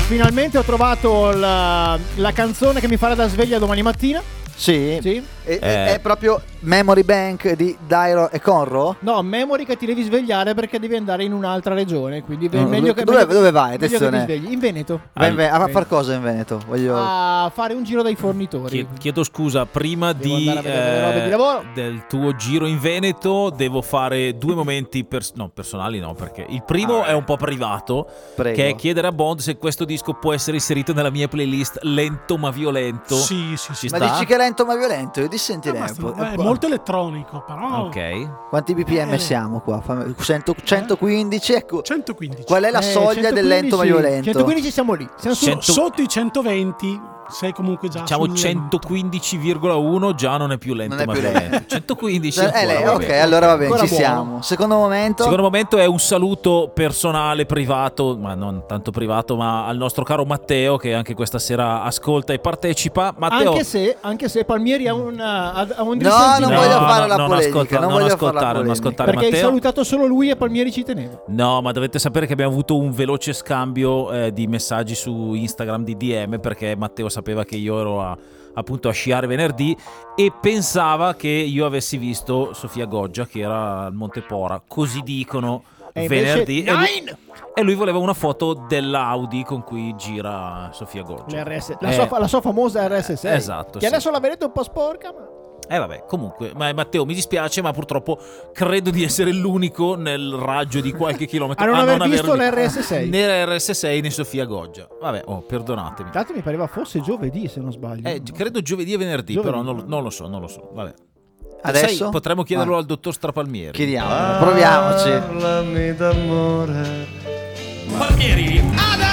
finalmente ho trovato la canzone che mi farà da sveglia domani mattina. Sì? È proprio Memory Bank di Dairo e Conro? No, Memory che ti devi svegliare perché devi andare in un'altra regione. Quindi è meglio che dove vai? meglio che ti svegli. In Veneto. A far cosa in Veneto? A fare un giro dai fornitori. Chiedo scusa, prima andare a vedere le robe di lavoro. del tuo giro in Veneto devo fare due momenti personali, no, perché il primo è un po' privato. Prego. Che è chiedere a Bond se questo disco può essere inserito nella mia playlist lento ma violento. Sì. Ci Ma sta? dici che è lento ma violento? Io dissentirei un po'. È molto elettronico, però. Ok. Quanti BPM siamo qua? 115, ecco. 115. Qual è la soglia del lento ma violento? 115 siamo lì. Siamo Sotto i 120 sei comunque già diciamo 115,1 già non è più lento, Non è ma più violento. lento. 115 Ok, allora va bene, Ancora ci buono. siamo. Secondo momento è un saluto personale, privato, ma non tanto privato, ma al nostro caro Matteo, che anche questa sera ascolta e partecipa. Matteo, anche se Palmieri ha un non risentimento. voglio fare la non polemica, non voglio fare la ascoltare polemica. Matteo. Perché hai salutato solo lui e Palmieri ci teneva. No, ma dovete sapere che abbiamo avuto un veloce scambio di messaggi su Instagram di DM, perché Matteo sapeva che io ero appunto a sciare venerdì e pensava che io avessi visto Sofia Goggia che era al Monte Pora, così dicono, E venerdì, invece, e lui voleva una foto dell'Audi con cui gira Sofia Goggia. La sua famosa RS6. Esatto, Che sì. adesso la vedete un po' sporca, ma... Vabbè, comunque, ma Matteo, mi dispiace, ma purtroppo credo di essere l'unico nel raggio di qualche chilometro a non aver visto aver l'RS6. né l'RS6 né Sofia Goggia. Vabbè, perdonatemi. Tanto mi pareva fosse giovedì, se non sbaglio. Credo giovedì e venerdì, però non lo so. Vabbè. Adesso? Sai, potremmo chiederlo al dottor Strapalmieri. Chiediamo, proviamoci. Parlami d'amore. Palmieri!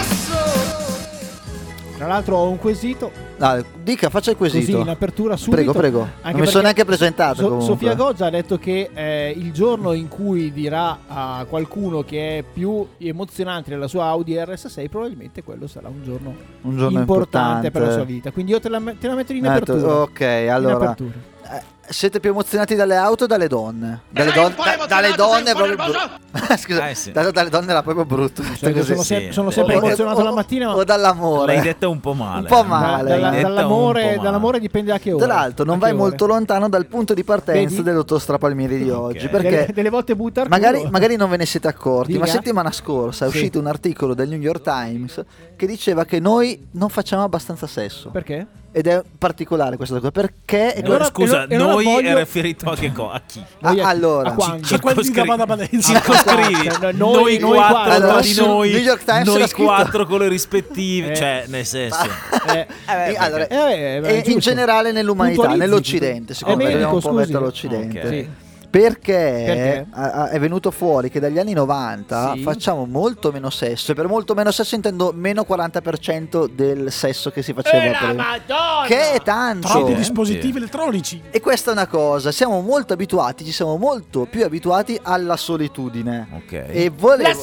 Tra l'altro ho un quesito. Dica, faccia il quesito. Così in apertura subito. Prego. Anche Non mi sono neanche presentato. comunque. Sofia Goggia ha detto che il giorno in cui dirà a qualcuno che è più emozionante della sua Audi RS6, probabilmente quello sarà un giorno importante per la sua vita. Quindi io te la metto in apertura. Ok, allora. In apertura. Siete più emozionati dalle auto o dalle donne? Dalle donne è proprio brutto. Scusa, sì. dalle donne era proprio brutto. Sono sempre emozionato la mattina. O dall'amore. L'hai detta un po' male. Un po' male. Dall'amore dipende a che ora. Tra l'altro non vai molto lontano dal punto di partenza del dottor Strapalmieri di oggi. Perché delle volte butta magari non ve ne siete accorti. Dica. Ma settimana scorsa è uscito un articolo del New York Times che diceva che noi non facciamo abbastanza sesso. Perché? Ed è particolare questa cosa perché scusa, noi è riferito a che cosa? A chi? Allora, a quelli di Dabadabadenza. Circoscrivi noi quattro allora, di noi, New York Times noi scritto... quattro con le rispettive, cioè nel senso. Allora, in generale nell'umanità, nell'Occidente, secondo me dobbiamo un po' mettere l'Occidente. Okay. Sì. Perché è venuto fuori che dagli anni 90 facciamo molto meno sesso, e per molto meno sesso intendo meno 40% del sesso che si faceva prima, che è tanto. Troppi dispositivi elettronici. E questa è una cosa, siamo molto abituati, ci siamo molto più abituati alla solitudine. Ok. E volevo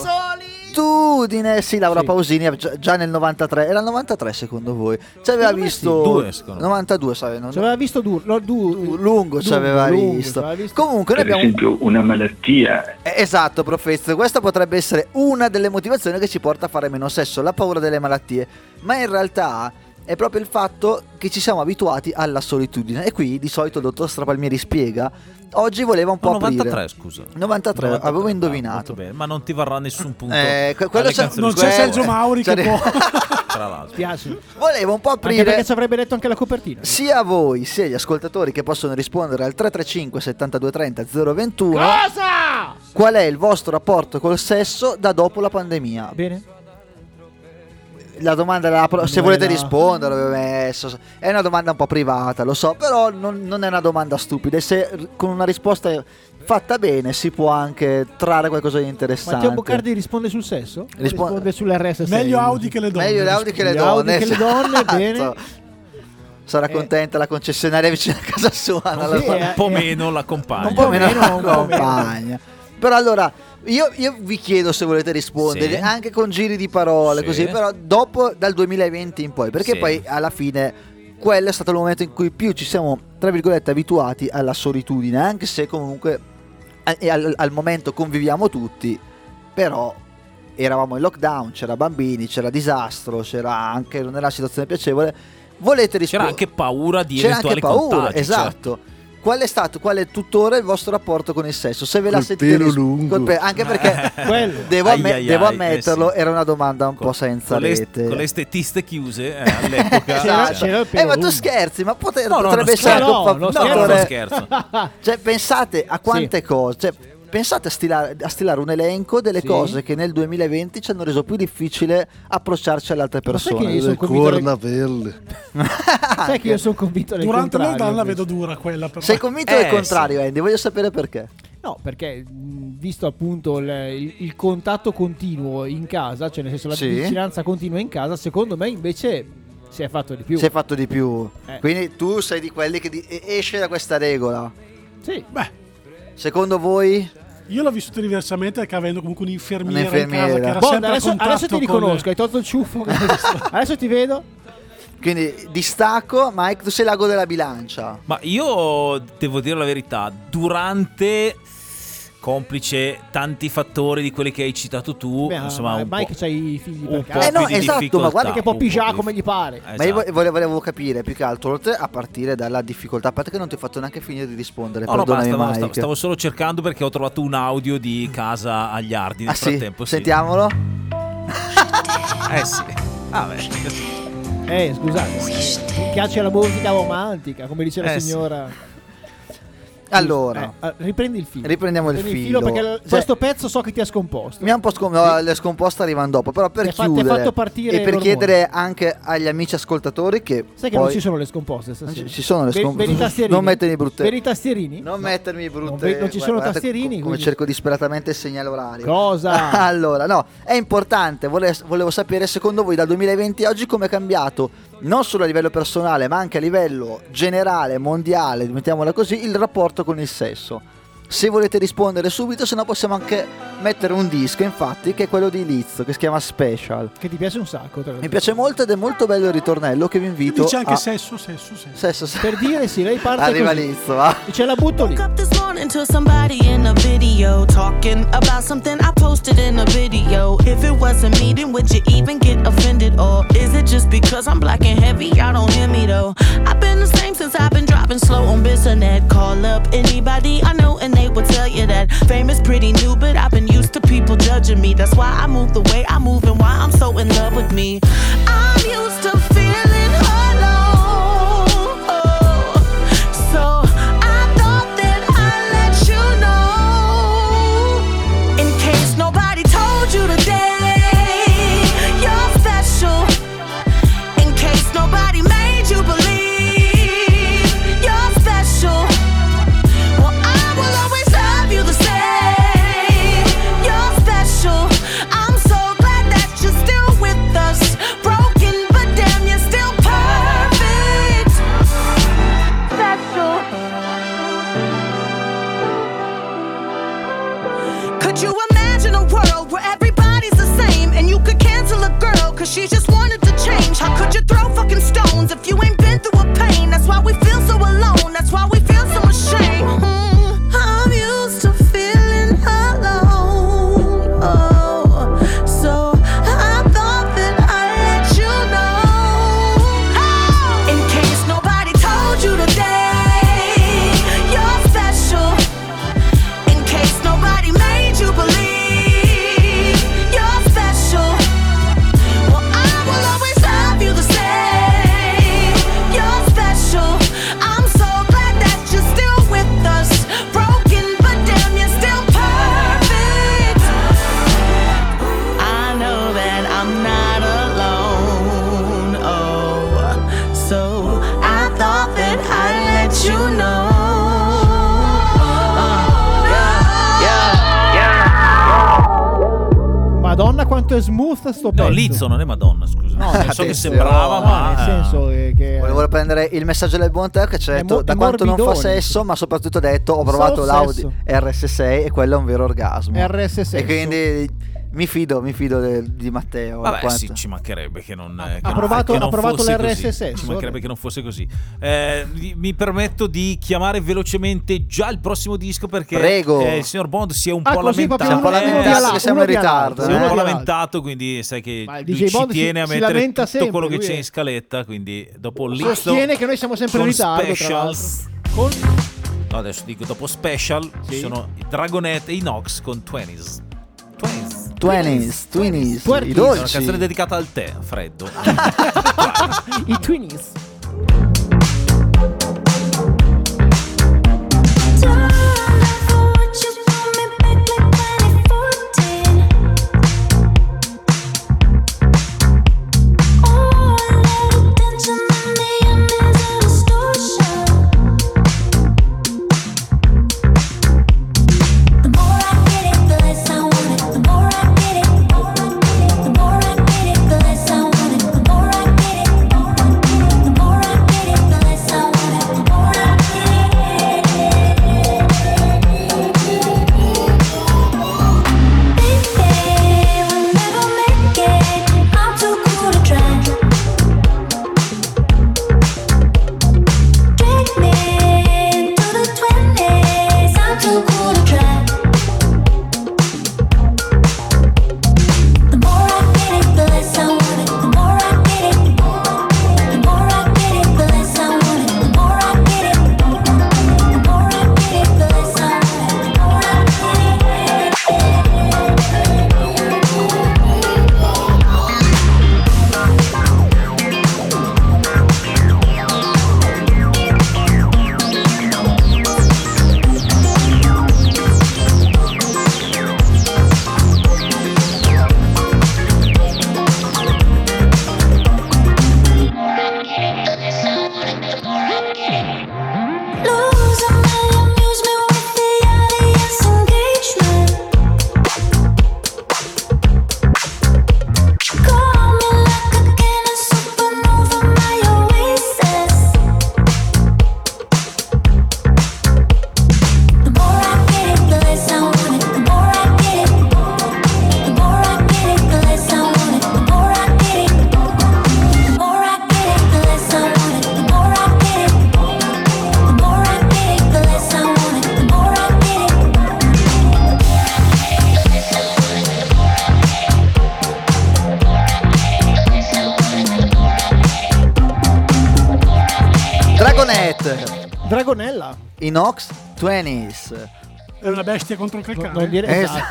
sì, Laura Pausini già nel 93, era il 93 secondo voi? Ci aveva visto 92, sai, ci aveva visto lungo, ci aveva visto. Comunque noi abbiamo esempio una malattia. Esatto, professore, questa potrebbe essere una delle motivazioni che ci porta a fare meno sesso, la paura delle malattie, ma in realtà è proprio il fatto che ci siamo abituati alla solitudine. E qui di solito il dottor Strapalmieri spiega. Oggi voleva un po' 93, aprire. Scusa. 93, avevo indovinato. Bene, ma non ti varrà nessun punto. Non c'è Sergio Mauri che può. Tra l'altro. Spiace. Volevo un po' aprire. Anche perché ci avrebbe detto anche la copertina. Sia voi sia gli ascoltatori che possono rispondere al 335 72 30 021. Cosa? Qual è il vostro rapporto col sesso da dopo la pandemia? Bene. La domanda se volete rispondere è una domanda un po' privata, lo so, però non è una domanda stupida, e se con una risposta fatta bene si può anche trarre qualcosa di interessante. Matteo Boccardi risponde sul sesso? Risponde sull'RS6? Meglio Audi che le donne. Meglio le Audi che le donne. Bene. Sarà contenta la concessionaria vicino a casa sua. Un po' meno la compagna. Un po' meno la compagna. Però allora io vi chiedo se volete rispondere, anche con giri di parole, così, però dopo dal 2020 in poi, perché poi alla fine quello è stato il momento in cui più ci siamo, tra virgolette, abituati alla solitudine, anche se comunque al momento conviviamo tutti, però eravamo in lockdown, c'era bambini, c'era disastro, c'era anche, non era una situazione piacevole. Volete C'era anche paura di C'era eventuali anche paura, contagi, esatto. Qual è tuttora il vostro rapporto con il sesso? Se ve la Col sentite pelo lungo. anche perché devo ammetterlo, era una domanda un po' senza rete. Con le estetiste chiuse all'epoca. C'era il pelo ma tu scherzi, ma potrebbe essere no, scherzo. Cioè, pensate a quante cose, cioè, pensate a stilare un elenco delle cose che nel 2020 ci hanno reso più difficile approcciarci alle altre persone. Le cornavelle. Sai che io sono convinto del Durante contrario. il lockdown la vedo dura quella. Però. Sei convinto del contrario, Andy? Voglio sapere perché. No, perché visto appunto il contatto continuo in casa, cioè nel senso la vicinanza continua in casa, secondo me invece si è fatto di più. Si è fatto di più. Quindi tu sei di quelli che esce da questa regola. Sì. Beh. Secondo voi? Io l'ho vissuto diversamente perché avendo comunque un'infermiera in casa che era adesso ti riconosco, hai tolto il ciuffo. Adesso ti vedo. Quindi distacco. Mike, tu sei l'ago della bilancia. Ma io devo dire la verità, durante, complice tanti fattori di quelli che hai citato tu, insomma Mike c'hai i figli un per po' più di difficoltà, ma guarda che può pigiare come gli pare. Ma io volevo capire più che altro, oltre a partire dalla difficoltà, a parte che non ti ho fatto neanche finire di rispondere. No, stavo solo cercando perché ho trovato un audio di Casa Agliardi nel frattempo. Sì? Sentiamolo. Sì. Scusate, mi piace la musica romantica, come dice la signora. Allora, riprendi il filo. Riprendiamo il filo perché questo pezzo so che ti ha scomposto. Mi ha un po' le scomposte arrivano dopo, però per chiudere fatto partire e per chiedere anche agli amici ascoltatori che sai che non ci sono le scomposte stasera. Ci sono le scomposte. Non mettermi brutte. Per i tastierini? Non mettermi brutte. Non ci sono tastierini. Come cerco disperatamente il segnale orario. Cosa? Allora, no, è importante, volevo sapere secondo voi dal 2020 a oggi come è cambiato, non solo a livello personale ma anche a livello generale, mondiale, mettiamola così, il rapporto con il sesso. Se volete rispondere subito, se no possiamo anche mettere un disco, infatti, che è quello di Lizzo, che si chiama Special. Che ti piace un sacco. Mi piace molto ed è molto bello il ritornello che vi invito dice anche a... sesso. Per dire sì, lei parte arriva così. Lizzo, va. Ce la butto lì. This morning to somebody in a video talking about something I posted in a video. If it wasn't me, then would you even get offended? Or is it just because I'm black and heavy? Y'all don't hear me though. I've been the same since I've been driving slow on Bissonnet. Call up anybody I know and they will tell you that fame is pretty new, but I've been used to people judging me. That's why I move the way I move and why I'm so in love with me. I'm used to feeling alone, so I thought that I'd let you know. In case nobody told you today, you're special. In case nobody made you believe you're special. Well, I will always love you the same. You're special. I'm so glad that you're still with us. Broken, but damn, you're still perfect. Special. Could you imagine a world where everybody's the same and you could cancel a girl cause she just wanted to change? How could you throw fucking stones if you ain't been through a pain? That's why we feel so alone. That's why we feel so ashamed. I'm used to feeling alone, so I thought that I'd let you know. In case nobody told you today, you're special. In case nobody made you believe you're special. Well, I will always love you the same. You're special. I'm so glad that you're still with us. Broken, but damn, you're still perfect. I know that I'm not alone, so I thought that I'd let you know. Madonna quanto è smooth sto pezzo. No, Lizzo non è Madonna, scusa. No, so che sembrava, ma nel senso che volevo prendere il messaggio del buon Teo che ci ha detto da quanto non fa sesso, ma soprattutto ha detto ho provato l'Audi RS6 e quello è un vero orgasmo. RS6. E quindi Mi fido di Matteo. Vabbè, sì, ci mancherebbe che non ha provato l'RSS. Ci mancherebbe che non fosse così. Mi permetto di chiamare velocemente già il prossimo disco perché il signor Bond si è un po' lamentato. Che siamo in ritardo. Si è un po' lamentato, quindi sai che lui ci tiene a mettere tutto quello che c'è in scaletta. Quindi dopo l'Ixo sostiene che noi siamo sempre in ritardo. Specials. No, adesso dico dopo Special ci sono i Dragonette e i Nox con 20s. I dolci. È una canzone dedicata al tè freddo. I Twinnies. Dragonella. Inox 20s. È una bestia contro il calcare. Non dire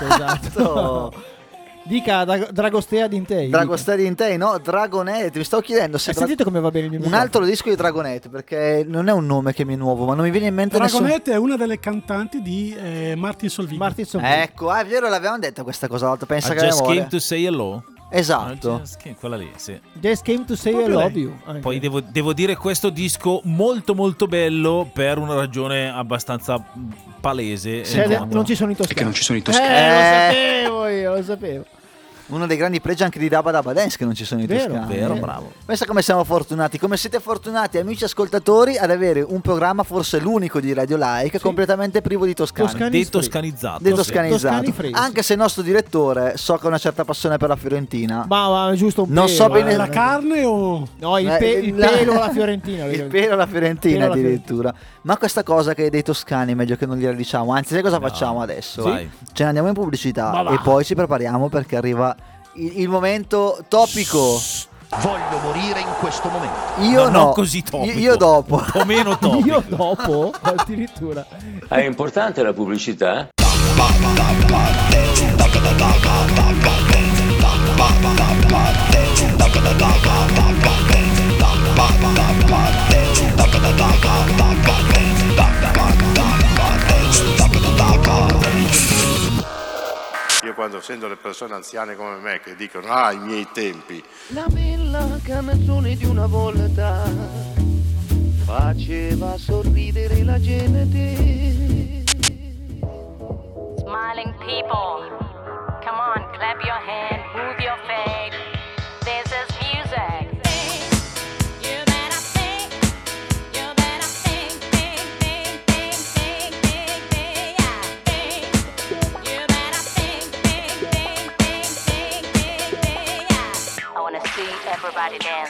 esatto. Dica Dragostea Dintei. Dragostea Dintei, no? Dragonette. Mi stavo chiedendo se. Sentite come va bene il mio un altro disco di Dragonette, perché non è un nome che mi è nuovo, ma non mi viene in mente Dragonette è una delle cantanti di Martin Solveig. Ecco, è vero, l'avevamo detta questa cosa l'altra. Pensa che Just Came to Say Hello. Esatto. Quella lì, sì. Just Came to Say I Love You. Anche. Poi devo dire questo disco molto molto bello per una ragione abbastanza palese. Non ci sono i toscani. Perché non ci sono i toscani. Lo sapevo. Uno dei grandi pregi anche di Dabba Dabba Dance, che non ci sono i toscani. Vero, bravo. Pensa come siamo fortunati, come siete fortunati amici ascoltatori ad avere un programma, forse l'unico di Radio Like, completamente privo di toscani. Detoscanizzato. Anche se il nostro direttore so che ha una certa passione per la Fiorentina. Ma giusto un non pelo, so bene la carne o no, il pelo alla Fiorentina. Il pelo alla Fiorentina addirittura. Ma questa cosa che è dei toscani è meglio che non gliela diciamo. Anzi, sai cosa facciamo adesso? Sì. Ce ne andiamo in pubblicità e poi ci prepariamo perché arriva il momento topico. Voglio morire in questo momento. Io no, non così topico. Io dopo. Un po' meno topico. Io dopo? Addirittura. È importante la pubblicità? Io quando sento le persone anziane come me che dicono i miei tempi. La bella canzone di una volta faceva sorridere la gente. Smiling people, come on, clap your hand, move your feet. This is music. everybody dance.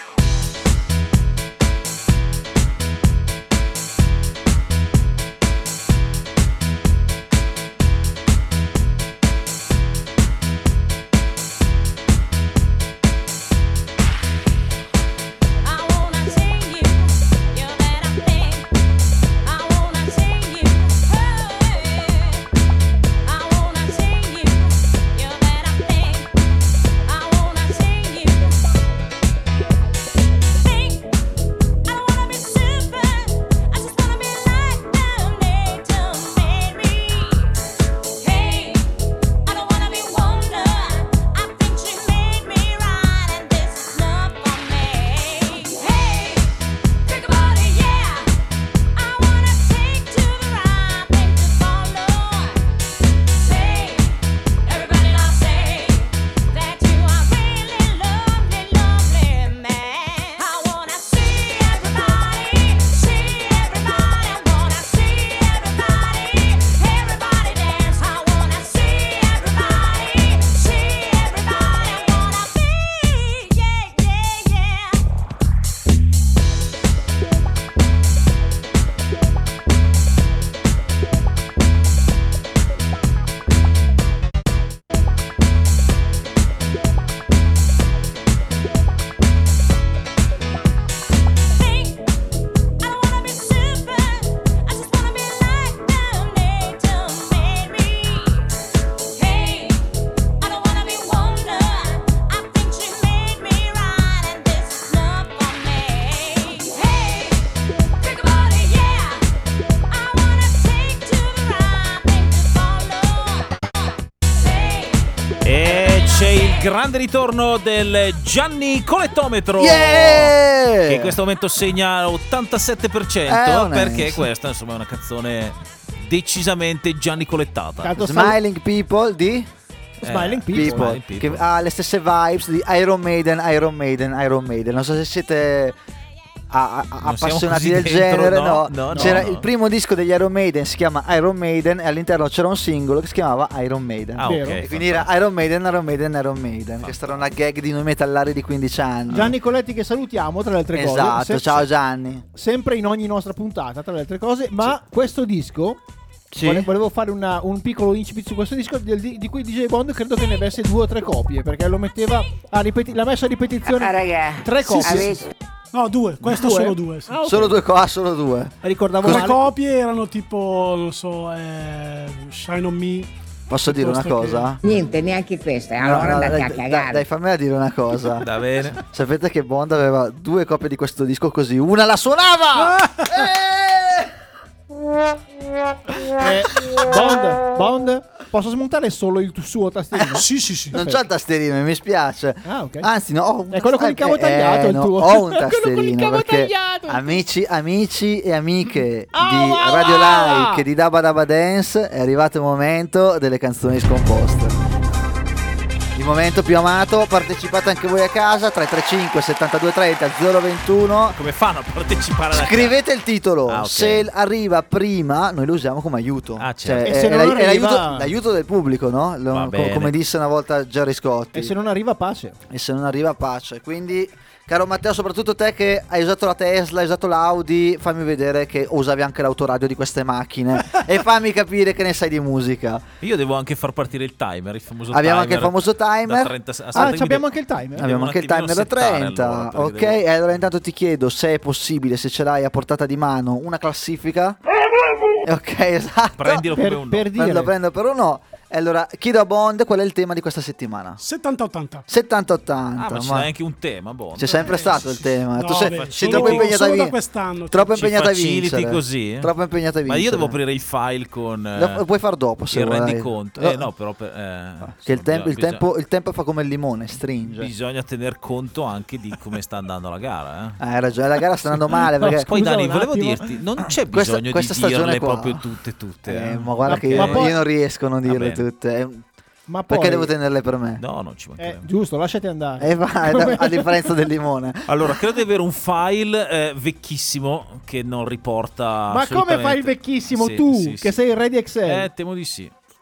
Grande ritorno del Gianni Colettometro, che in questo momento segna l'87%, perché questa insomma è una canzone decisamente Gianni Colettata. Smiling People di Smiling People. Che ha le stesse vibes di Iron Maiden. Non so se siete appassionati del genere. No. C'era il primo disco degli Iron Maiden, si chiama Iron Maiden, e all'interno c'era un singolo che si chiamava Iron Maiden. Okay, e quindi era Iron Maiden. Questa era una gag di noi metallari di 15 anni. Gianni Coletti, che salutiamo tra le altre cose. Esatto, ciao Gianni. Sempre in ogni nostra puntata tra le altre cose. Ma questo disco, volevo fare un piccolo incipit su questo disco di cui DJ Bond credo che ne avesse 2 o 3 copie, perché lo metteva l'ha messo a ripetizione. Raga, 3 copie. No, 2, questo solo 2. Sì. Okay. Solo 2. Ricordavo 3 copie erano tipo, non so, Shine on Me. Posso dire una cosa? Niente, neanche questa. Allora andate a cagare. Dai, fammela dire una cosa. Va bene. Sapete che Bond aveva 2 copie di questo disco, così una la suonava. Bond, posso smontare solo il suo tastierino? Sì. Non c'ho il tastierino, mi spiace. Okay. Anzi, no, è quello con il cavo tagliato. Il tuo. Ho un tastierino perché amici e amiche di Radio Like e di Dabba Dabba Dance, è arrivato il momento delle canzoni scomposte. Il momento più amato. Partecipate anche voi a casa, 335 7230 021. Come fanno a partecipare alla Scrivete il titolo. Okay. Se arriva prima noi lo usiamo come aiuto. Certo. Cioè, è l'aiuto del pubblico, no? Come disse una volta Gerry Scotti. E se non arriva pace. Quindi, caro Matteo, soprattutto te che hai usato la Tesla, hai usato l'Audi, fammi vedere che usavi anche l'autoradio di queste macchine e fammi capire che ne sai di musica. Io devo anche far partire il timer, il famoso Abbiamo timer. anche il famoso timer. 30, abbiamo anche il timer. Abbiamo anche il timer da 30. Allora, ok, e allora intanto ti chiedo se è possibile, se ce l'hai a portata di mano, una classifica. Ok, esatto. Prendilo come un no. Lo prendo per un no. Allora, chiedo a Bond qual è il tema di questa settimana. 70-80. 70-80. Ma c'è anche un tema, Bond. C'è sempre stato il tema. No, tu sei troppo impegnata a vincere. Troppo impegnata a vincere. Così. Troppo impegnata a vincere. Ma io devo aprire il file con lo puoi far dopo se il vuoi. rendiconto. No, però che il tempo fa come il limone, stringe. Bisogna tener conto anche di come sta andando la gara, Hai ragione, la gara sta andando male perché poi Dani, volevo dirti, non c'è bisogno questa di stagione dirle qua. proprio tutte. Ma guarda che io non riesco a non dirle tutte. Ma perché poi, devo tenerle per me? No, non ci mancherebbe. Giusto, lasciati andare. A differenza del limone. Allora, credo di avere un file vecchissimo che non riporta. Ma come fai il vecchissimo tu? Che sei il Ready Excel? Temo di sì.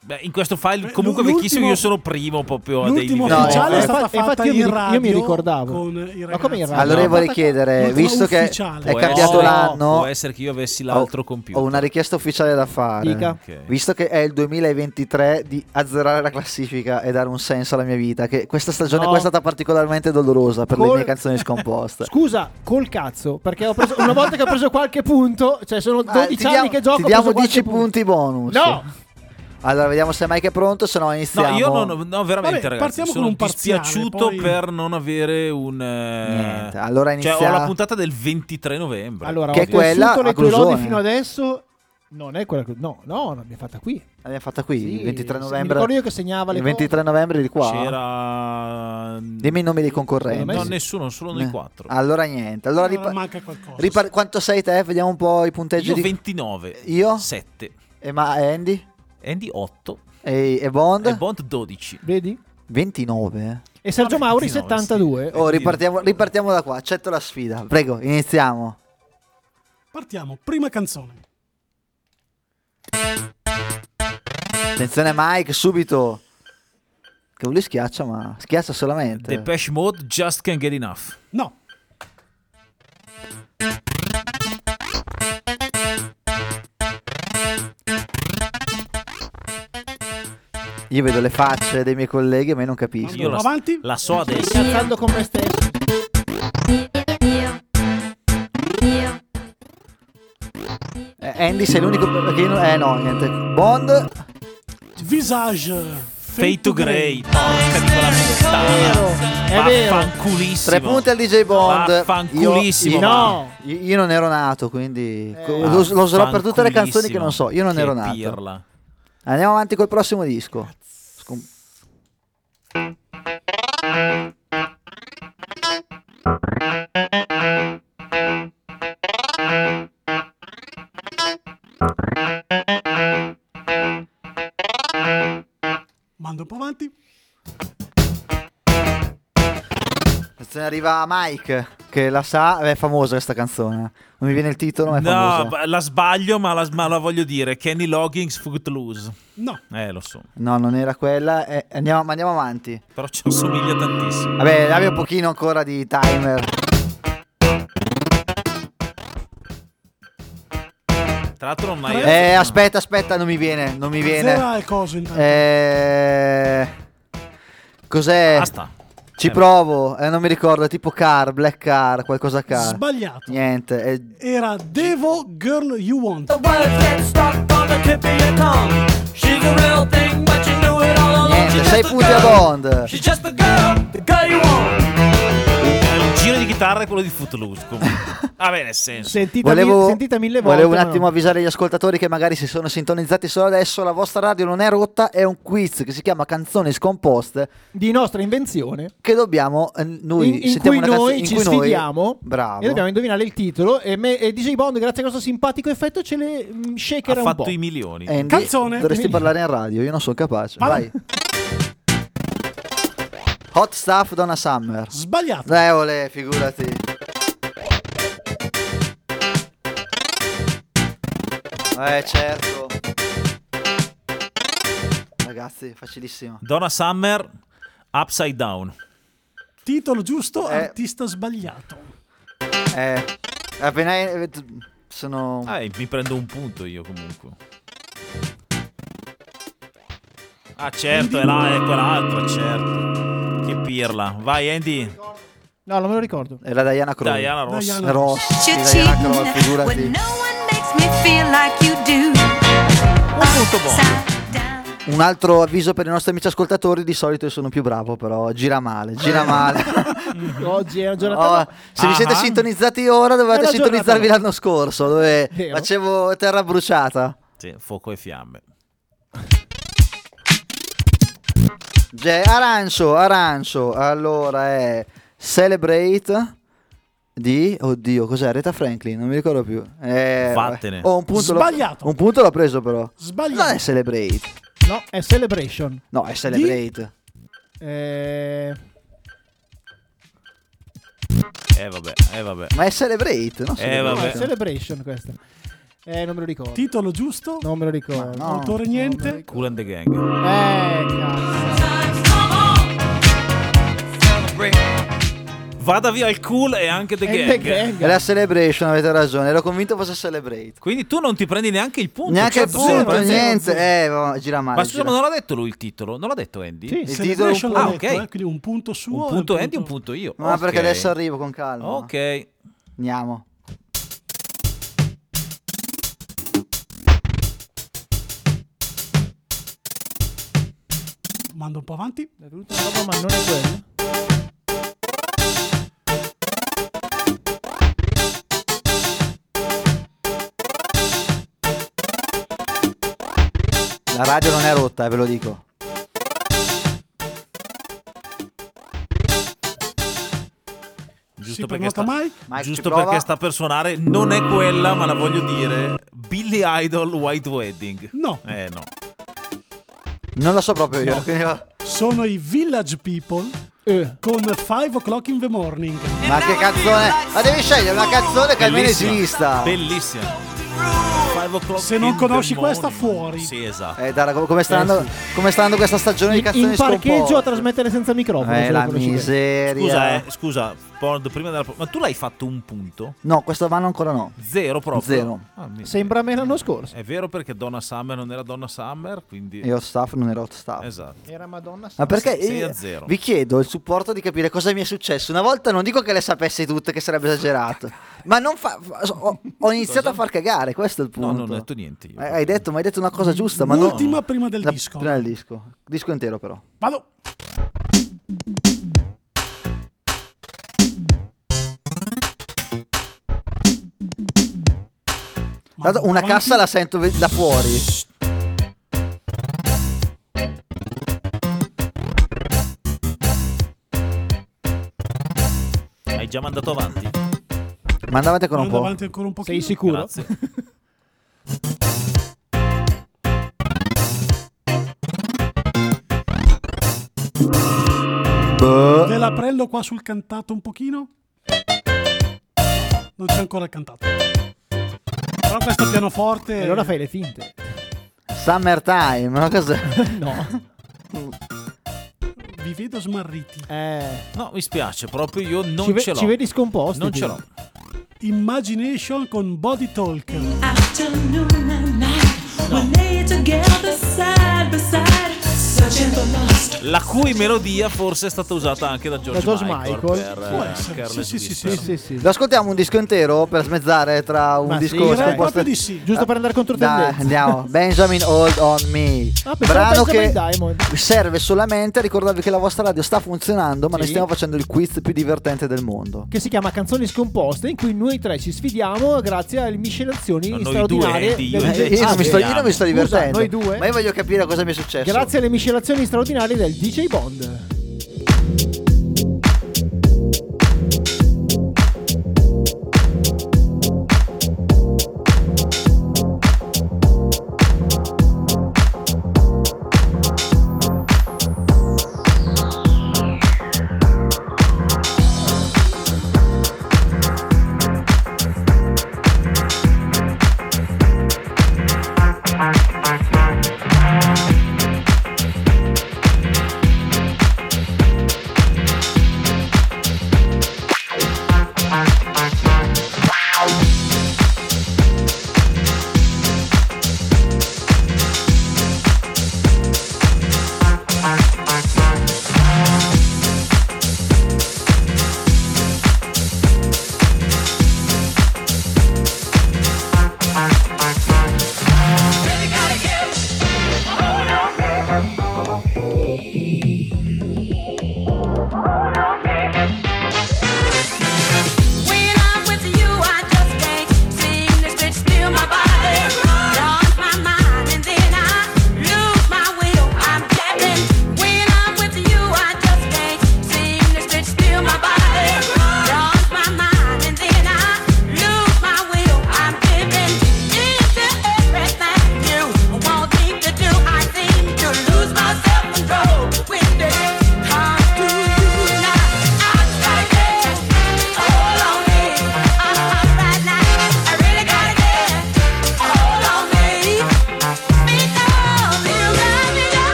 Beh, in questo file comunque vecchissimo io sono primo proprio a dei livelli. L'ultimo ufficiale è stata fatta in radio. Io mi ricordavo. Con i Ma come in radio? Allora io vorrei chiedere, visto che è cambiato l'anno, può essere che io avessi l'altro computer. Ho una richiesta ufficiale da fare. Okay. Visto che è il 2023, di azzerare la classifica e dare un senso alla mia vita, che questa stagione qua è stata particolarmente dolorosa per le mie canzoni scomposte. Scusa, col cazzo, perché ho preso, una volta che ho preso qualche punto, cioè sono 12 anni che gioco, ti diamo 10 punti bonus. No! Allora vediamo se Mike è pronto, se no iniziamo. No, io no, veramente. Vabbè, ragazzi, sono con un dispiaciuto poi... per non avere un niente. Allora cioè ho la puntata del 23 novembre. Allora, che è quella le a tue lodi Clusone. fino adesso. Non è quella che... No, l'abbiamo fatta qui. L'abbiamo fatta qui, Sì, il 23 mi novembre. ricordo io che segnava le il 23 novembre di qua. C'era Dimmi i nomi dei concorrenti. No, nessuno, solo noi 4. Allora niente. Allora manca qualcosa. Quanto sei te? Vediamo un po' i punteggi. Io 29. Io? 7. E Andy? Andy 8. E Bond? E Bond 12. Vedi? 29. E Sergio Mauri 29, 72. sì. Oh, ripartiamo da qua. Accetto la sfida. Prego, iniziamo. Partiamo, prima canzone. Attenzione Mike, subito. Che lui schiaccia, ma schiaccia solamente. Depeche Mode, Just Can't Get Enough. No. Io vedo le facce dei miei colleghi, ma io non capisco. Io avanti. La so adesso. Sto scherzando con me stesso. Andy, sei l'unico che io no, niente. Bond. Visage. Fade to Grey. Porca di quella puttana. È vero. Vaffanculissimo. 3 punti al DJ Bond. Vaffanculissimo. Io non ero nato, quindi lo userò per tutte le canzoni che non so. Io non ero nato. Pirla. Andiamo avanti col prossimo disco. Mando un po' avanti. Se arriva Mike, che la sa, è famosa questa canzone. Non mi viene il titolo, ma è famosa. No, la sbaglio, ma la voglio dire. Kenny Loggins, Footloose. No. Lo so. No, non era quella. Andiamo avanti. Però ci assomiglia tantissimo. Vabbè, dammi un pochino ancora di timer. Tra l'altro non hai... Aspetta, non mi viene. Zera il coso intanto. Cos'è? Basta. Ci provo, non mi ricordo, tipo Black Car, qualcosa Car. Sbagliato. Niente. Era Devo Girl You Want. Niente, 6 punti a Bond. Il giro di chitarra è quello di Footloose. Vabbè, nel senso. Sentita 1000 volte. Volevo un attimo avvisare gli ascoltatori che magari si sono sintonizzati solo adesso. La vostra radio non è rotta, è un quiz che si chiama Canzoni Scomposte, di nostra invenzione, che dobbiamo noi in cui noi ci sfidiamo. Bravo. E dobbiamo indovinare il titolo. E DJ Bond, grazie a questo simpatico effetto, ce le shakerà un po'. Ha fatto i milioni. Andy, Canzone. dovresti parlare in radio, io non sono capace. Vai. Hot Stuff, Donna Summer. Sbagliato. Olè, figurati. Certo. Ragazzi, facilissimo. Donna Summer, Upside Down. Titolo giusto, artista sbagliato. Appena sono... mi prendo un punto io comunque. Certo, è quell'altro, certo. Che pirla. Vai Andy. No, non me lo ricordo. È la Diana Crow. Diana Ross. Diana Crow, figurati. Un punto buono. Un altro avviso per i nostri amici ascoltatori: di solito io sono più bravo, però gira male. Oggi è una giornata. Se vi siete sintonizzati ora, dovete sintonizzarvi l'anno scorso, dove facevo terra bruciata. Sì, fuoco e fiamme. Arancio. Allora è Celebrate di... Oddio, cos'è? Aretha Franklin, non mi ricordo più. Vattene. Un punto sbagliato. Un punto l'ho preso però. Sbagliato. Non è Celebrate. No, è Celebration. No, è Celebrate. Vabbè. Ma è Celebrate, no? È Celebration questa. Non me lo ricordo. Titolo giusto? Non me lo ricordo. No. Autore niente? Kool and the Gang. Cazzo. Vada via il Kool e anche The Gang. È la Celebration, avete ragione. Ero convinto fosse Celebrate. Quindi tu non ti prendi neanche il punto. Neanche il punto, niente. Gira male. Ma scusa, ma non l'ha detto lui il titolo? Non l'ha detto Andy? Sì, il titolo l'ha ok. detto, quindi un punto suo. Un punto Andy, un punto io. Ma perché Ok. adesso arrivo con calma. Ok. Andiamo. Mando un po' avanti. È venuta una roba, ma non è quello. La radio non è rotta, ve lo dico. Giusto, prenota Mike? giusto perché sta per suonare, non è quella, ma la voglio dire. Billy Idol White Wedding. No. No. Non lo so proprio io. No. Quindi... Sono i Village People con 5 O'Clock in the Morning. Ma che canzone? Ma devi scegliere una canzone che almeno esista. Bellissima. Se non conosci questa, fuori. Sì, esatto. Come sta andando questa stagione di canzoni in parcheggio scomposte? a trasmettere senza microfono. se lo La conosci bene. miseria. Scusa, prima ma tu l'hai fatto un punto? No, questo vanno ancora no. Zero proprio? Zero. Sembra me l'anno scorso. È vero, perché Donna Summer non era Donna Summer, quindi... E Hot Stuff non era Hot Stuff. Esatto. Era Madonna. Ma perché 6-0. vi chiedo il supporto di capire cosa mi è successo. Una volta non dico che le sapessi tutte, che sarebbe esagerato, ma non ho iniziato a far cagare, questo è il punto. No, non ho detto niente io. Hai detto una cosa giusta, ma L'ultima prima del disco. Prima del disco. Disco intero però. Vado. Tanto una cassa la sento da fuori. Hai già mandato avanti? Mandavate ancora un po'. Avanti ancora un pochino. Sei sicuro? Grazie. Ve la prendo qua sul cantato un pochino. Non c'è ancora il cantato. Però questo pianoforte. E allora fai le finte. Summertime, ma cos'è? No. Vi vedo smarriti. No, mi spiace, proprio io non ce l'ho. Ci vedi scomposti? Non ce l'ho. Imagination con Body Talk. Afternoon and night, we lay together side by side, searching for lost. La cui melodia forse è stata usata anche da George Michael Può per Careless Whisper. Sì. Lo ascoltiamo un disco intero per smezzare tra un Ma disco sì, proprio di sì. Giusto per andare contro Dai, tendenza. andiamo. Benjamin Hold On Me. Brano che serve solamente a ricordarvi che la vostra radio sta funzionando, ma noi stiamo facendo il quiz più divertente del mondo. Che si chiama Canzoni Scomposte, in cui noi tre ci sfidiamo grazie alle miscelazioni No, noi straordinarie. due, io Io non mi sto divertendo. noi due. Ma io voglio capire cosa mi è successo. Grazie alle miscelazioni straordinarie del DJ Bond.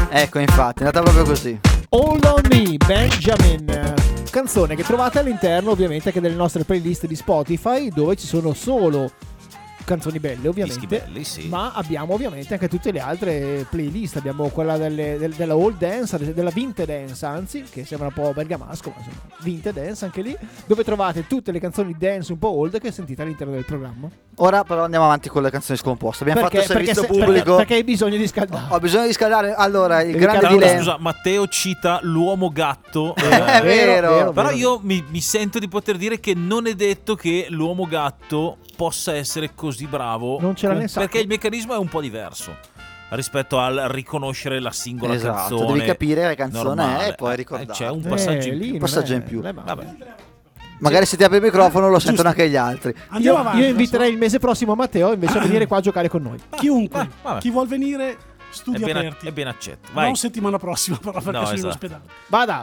Ecco, infatti, è andata proprio così. Hold on Me, Benjamin, canzone che trovate all'interno ovviamente anche delle nostre playlist di Spotify, dove ci sono solo canzoni belle ovviamente, belli, sì. Ma abbiamo ovviamente anche tutte le altre playlist. Abbiamo quella della old dance, della vintage dance, anzi, che sembra un po' bergamasco, ma insomma vintage dance anche lì, dove trovate tutte le canzoni dance un po' old che sentite all'interno del programma. Ora però andiamo avanti con le canzoni scomposte. Abbiamo fatto il servizio pubblico. Perché hai bisogno di scaldare. Ho bisogno di scaldare. Allora, il Devi grande dilemma. Scusa, Matteo cita l'uomo gatto. È vero. Però io mi sento di poter dire che non è detto che l'uomo gatto possa essere così bravo. Non ce l'ha ne sa. Perché il meccanismo è un po' diverso rispetto al riconoscere la singola canzone. Devi capire la canzone normale. E poi ricordare. C'è un passaggio in più. Un passaggio in più. Vabbè. Magari se ti apri il microfono lo sentono anche gli altri. Andiamo Io inviterei il mese prossimo Matteo invece a venire qua a giocare con noi. Chiunque, chi vuol venire, studi aperti. È ben accetto. Vai. Non settimana prossima, però, perché sono in esatto. ospedale. Vada.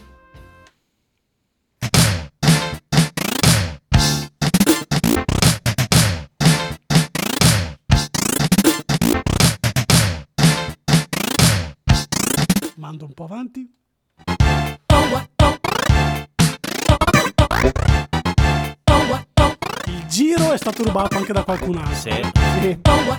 Mando un po' avanti. Il giro è stato rubato anche da qualcun altro. Sì.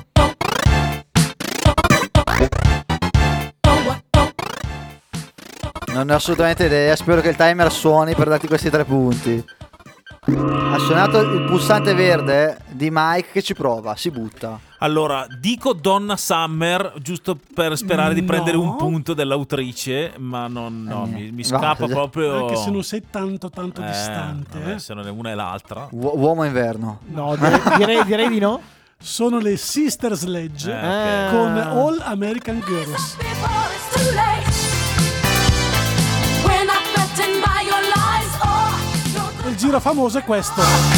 Non ho assolutamente idea. Spero che il timer suoni per darti questi 3 punti. Ha suonato il pulsante verde di Mike che ci prova, si butta. Allora, dico Donna Summer giusto per sperare di prendere un punto dell'autrice, ma mi scappa proprio. Anche se non sei tanto distante. Vabbè, se non è una e l'altra. Uomo inverno. No, direi di no. Sono le Sister Sledge Okay. con All American Girls. Il giro famoso è questo.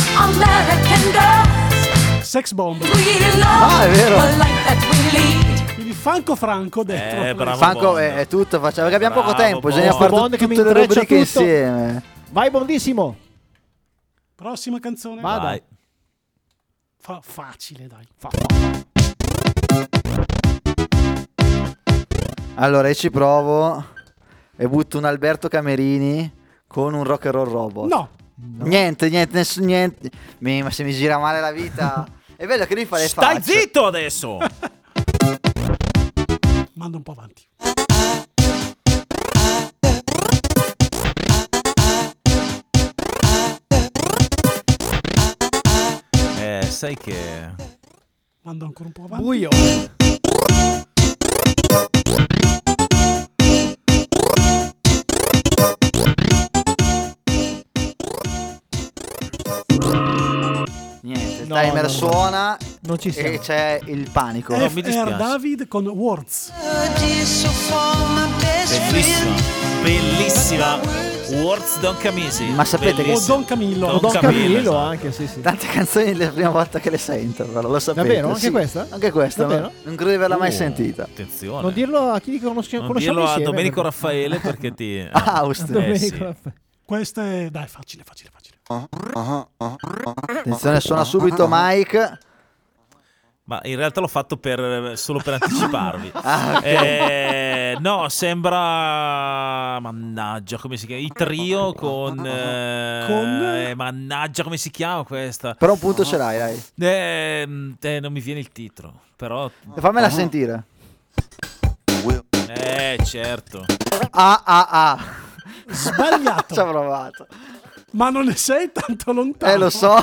Sex Bomb. Ah, è vero. Quindi Franco dentro. Bravo Franco Bond. è tutto, perché abbiamo poco tempo, Bond. bisogna fare Bond che mi tutte le intreccia rubriche tutto. insieme. Vai Bondissimo. Prossima canzone. Vada. Vai. Facile, dai. Allora io ci provo e butto un Alberto Camerini con un Rock and Roll Robot. No. Niente. Ma se mi gira male la vita. È bello che lui fa le Stai facce. zitto adesso. Mando un po' avanti. Sai che Mando ancora un po' avanti. Buio. Niente, il No, timer no. suona Non ci siamo. e c'è il panico. No, mi dispiace. F.R. David con Words. bellissima. Words Don Camisi. Ma sapete che O Don Camillo. Don Camillo esatto. anche, sì. Tante canzoni è la prima volta che le sento, però lo sapete. Davvero? Anche sì. questa? Anche questa, Davvero? non credo di averla mai sentita. Attenzione. Non dirlo a chi conosciamo Non dirlo a insieme, Domenico perché- Raffaele perché ti... Austria. Domenico sì. Raffaele. Questa è... Dai, facile. Attenzione, suona subito Mike. Ma in realtà l'ho fatto solo per anticiparvi. Ok. No, sembra... Mannaggia, come si chiama? I trio con... Mannaggia, come si chiama questa? Però un punto ce l'hai, dai. Non mi viene il titolo, però... Fammela sentire. Certo. Sbagliato. Ci ho provato. Ma non ne sei tanto lontano. Lo so.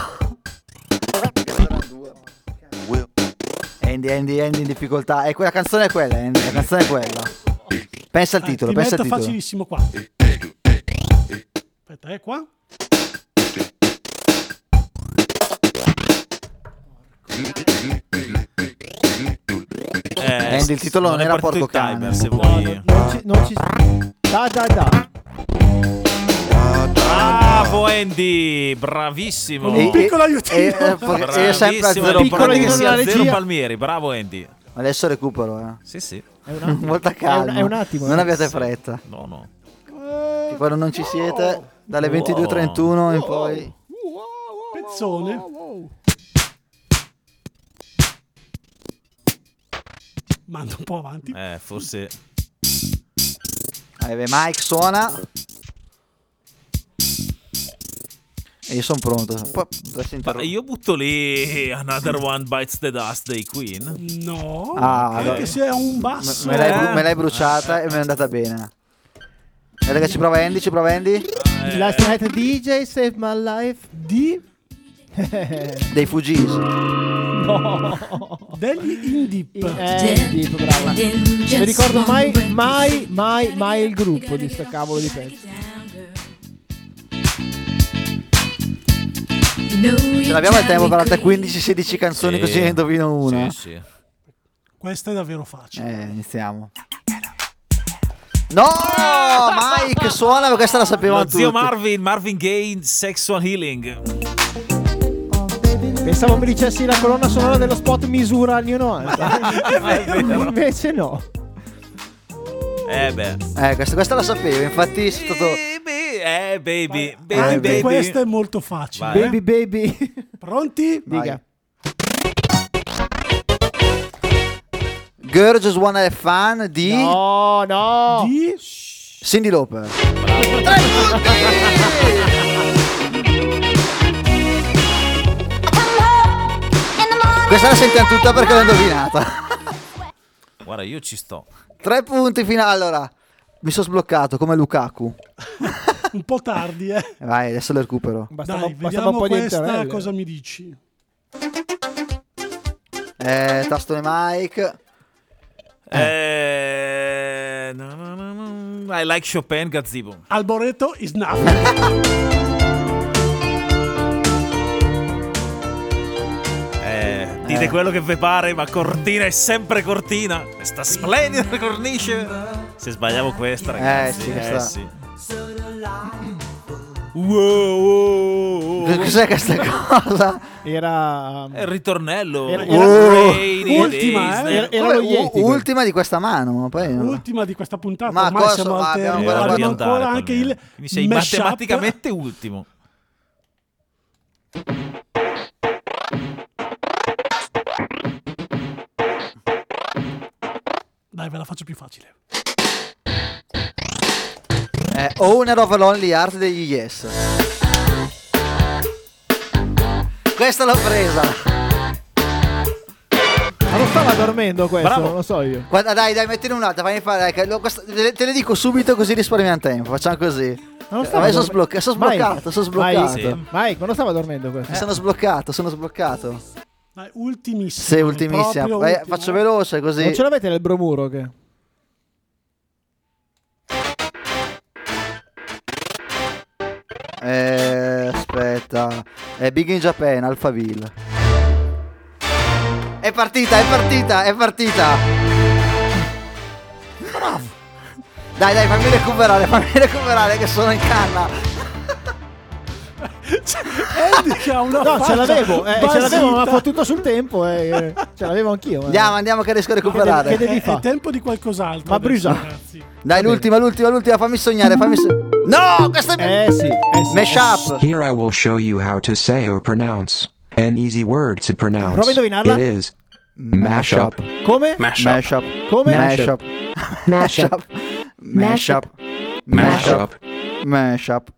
Andy in difficoltà. E quella canzone è quella, Andy. La canzone è quella. Pensa al titolo, Ti pensa al metto titolo. facilissimo qua. Aspetta, qua. Andy, il titolo non era partito Porco il timer, Cane. se vuoi. Non ci... Da. Bravo Andy, bravissimo. Un piccolo aiutino. Io sempre a zero Piccolo che palmieri. sia regia. zero palmieri, bravo Andy. Adesso recupero, Sì. È un attimo. Molta calma. È un attimo. Non abbiate fretta. No. Che quando non ci siete, dalle 22:31 in poi. Pezzone. Eh, Mando un po' avanti. Forse Mike suona. E io sono pronto. Io butto lì Another One Bites the Dust dei Queen. No, perché se è un basso. Me l'hai bruciata e mi è andata bene. Raga, ci prova Andy. Last Night DJ Save My Life dei Fugees. No, degli Indip. Indip, brava. Non ricordo mai il gruppo di sta cavolo di pezzi. Ce l'abbiamo il tempo per altre 15-16 canzoni, così ne indovino una. Sì. Questa è davvero facile. Iniziamo. No, Mike suona, perché questa la sapevamo tutti. Zio Marvin Gaye, Sexual Healing. Pensavo mi dicessi la colonna sonora dello spot Misura anni 90. Invece no. Questa la sapevo, infatti è stato... Baby. Questa è molto facile. Baby. Pronti? Dica. Girl Just Wanna Have Fun di... No. Di... Cyndi Lauper. Questa la sentiamo tutta perché l'ho indovinata. Guarda, io ci sto. 3 punti finali. Allora, mi sono sbloccato come Lukaku. Un po' tardi, Vai, adesso le recupero. Dai, vediamo un po' questa cosa mi dici. Tasto di Mike. No. I Like Chopin, Gazebo. Alboreto is nothing. Dite quello che vi pare, ma Cortina è sempre Cortina. Questa splendida cornice. Se sbagliavo questa, ragazzi. Sì. Wow. Cos'è questa cosa? Era il ritornello. Ultima di questa mano. Poi ultima di questa puntata. Ma ormai siamo abbiamo ancora anche il mi sei matematicamente ultimo. Dai, ve la faccio più facile. Owner of a Lonely Heart degli Yes. Questa l'ho presa. Ma non stava dormendo questo? Bravo. Non lo so io. Guarda, dai, mettine un'altra. Fammi fare. Te le dico subito così risparmiamo tempo. Facciamo così. Sono sbloccato. Mike, quando stava dormendo questo? Sono sbloccato. Dai, ultimissima. Sì, ultimissima. Vai, faccio veloce così. Non ce l'avete nel bromuro che? Aspetta. È Big in Japan, Alphaville. È partita. Bravo. Dai, fammi recuperare che sono in canna. No, ce l'avevo, ma fa tutto sul tempo. Ce l'avevo anch'io. Andiamo che riesco a recuperare. Che devi fare? È tempo di qualcos'altro. Ma brucia. Dai, l'ultima, fammi sognare. No, questa è sì. Mashup. Here I will show you how to say or pronounce an easy word to pronounce. Prova a indovinarla. It is mashup. Come? Mashup. Come? Mashup.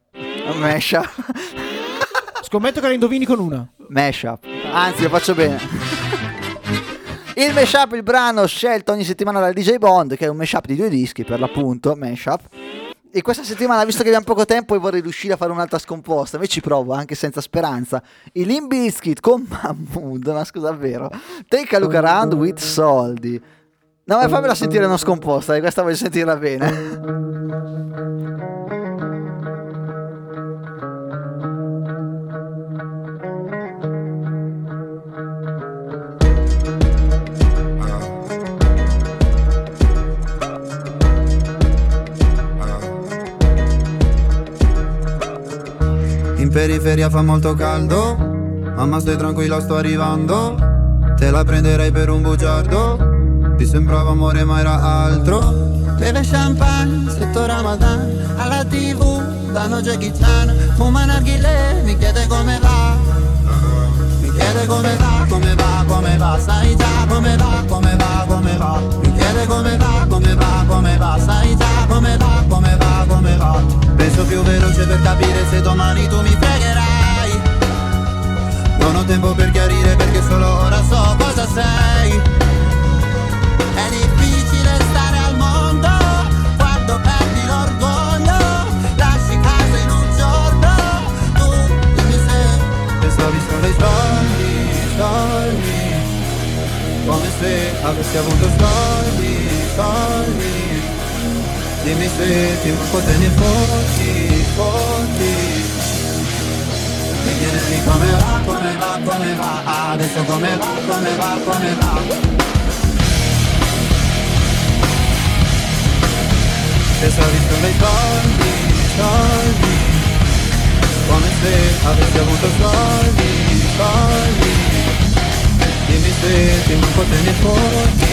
Scommetto che la indovini con una. Mashup. Anzi, lo faccio bene. Il mashup, il brano scelto ogni settimana dal DJ Bond, che è un mashup di 2 dischi, per l'appunto, mashup. E questa settimana, visto che abbiamo poco tempo e vorrei riuscire a fare un'altra scomposta, invece ci provo, anche senza speranza. I Limp Bizkit con Mahmood, ma scusa, davvero. Take a look around with Soldi. No, ma fammela sentire non scomposta, questa voglio sentirla bene. In periferia fa molto caldo, mamma stai tranquilla sto arrivando. Te la prenderei per un bugiardo, ti sembrava amore ma era altro. Beve champagne sotto Ramadan, alla TV danno Jackie Chan. Fuma narghile, mi chiede come va. Mi chiede come va, sai già come va. Mi chiede come va, sai già come va. veloce per capire se domani tu mi fregherai. Non ho tempo per chiarire perché solo ora so cosa sei. È difficile stare al mondo quando perdi l'orgoglio. Lasci casa in un giorno, tu dimmi se pensavi solo ai soldi, come se avessi avuto soldi. Dimmi se ti potevi forti. Mi chiedi come va, adesso come va. Pensavi solo ai soldi, come se avessi avuto soldi. Dimmi se ti potevi forti.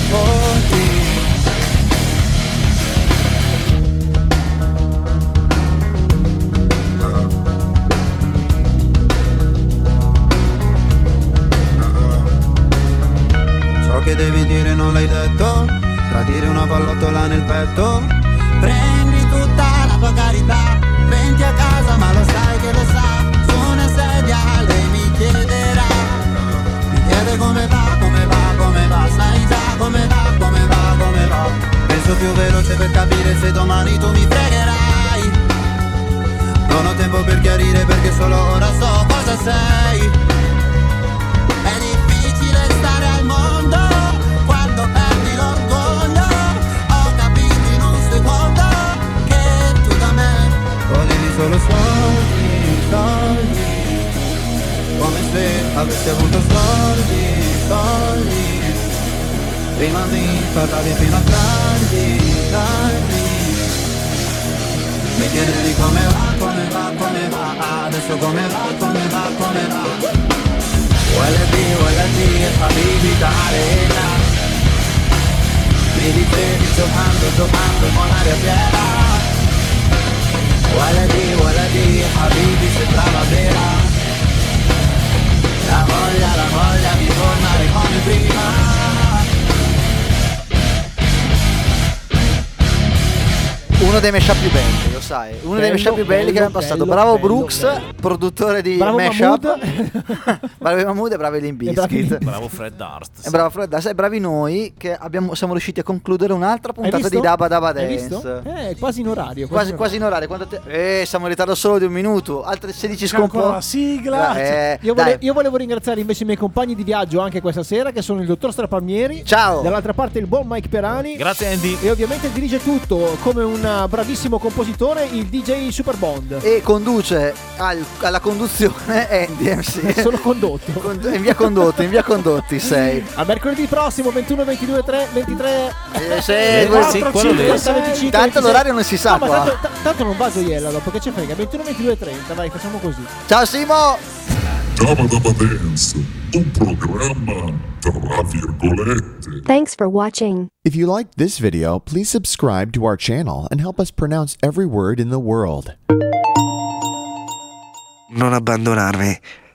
Ciò che devi dire non l'hai detto, tradire una pallottola nel petto. Prendi tutta la tua carità, venti a casa ma lo sai che lo sa. Su una sedia lei mi chiederà, mi chiede come va, sai già come va. Penso più veloce per capire se domani tu mi fregherai. Non ho tempo per chiarire perché solo ora so cosa sei. È difficile stare al mondo quando perdi l'orgoglio. Ho capito in un secondo che tu da me volevi solo soldi, come se avessi avuto soldi. Prima mi parlavi fino a tardi. Mi chiedevi come va, adesso come va. Waladi, habibi ta'alena. Mi dicevi giocando con l'aria piena. Waladi, habibi sembrava vera. La voglia di tornare come prima. Uno dei mashup più belli, lo sai. Uno dei mashup più belli che abbiamo passato. Bravo Brooks, produttore di mashup. Bravi Mahmood e bravi Limp Bizkit. Bravo Fred Durst. E bravo Fred Durst. E bravi noi che siamo riusciti a concludere un'altra puntata di Dabba Dabba Dance. Hai visto? Quasi in orario. Quasi in orario. Siamo in ritardo solo di un minuto. Altre 16 ancora la sigla. Io volevo ringraziare invece i miei compagni di viaggio anche questa sera, che sono il dottor Strapalmieri. Ciao. Dall'altra parte il buon Mike Perani. Grazie Andy. E ovviamente dirige tutto come un bravissimo compositore, il DJ Super Bond. E conduce alla conduzione Andy MC. Sono condotto. In via Condotti sei. A mercoledì prossimo 21, 22, 23 25. Tanto l'orario non si sa qua. Tanto non va a gioiella dopo, che ci frega. 21, 22, 30. Vai, facciamo così. Ciao Simo. Dabba Dabba Dance, un programma tra virgolette. Thanks for watching. If you liked this video, please subscribe to our channel and help us pronounce every word in the world. Non abbandonarmi.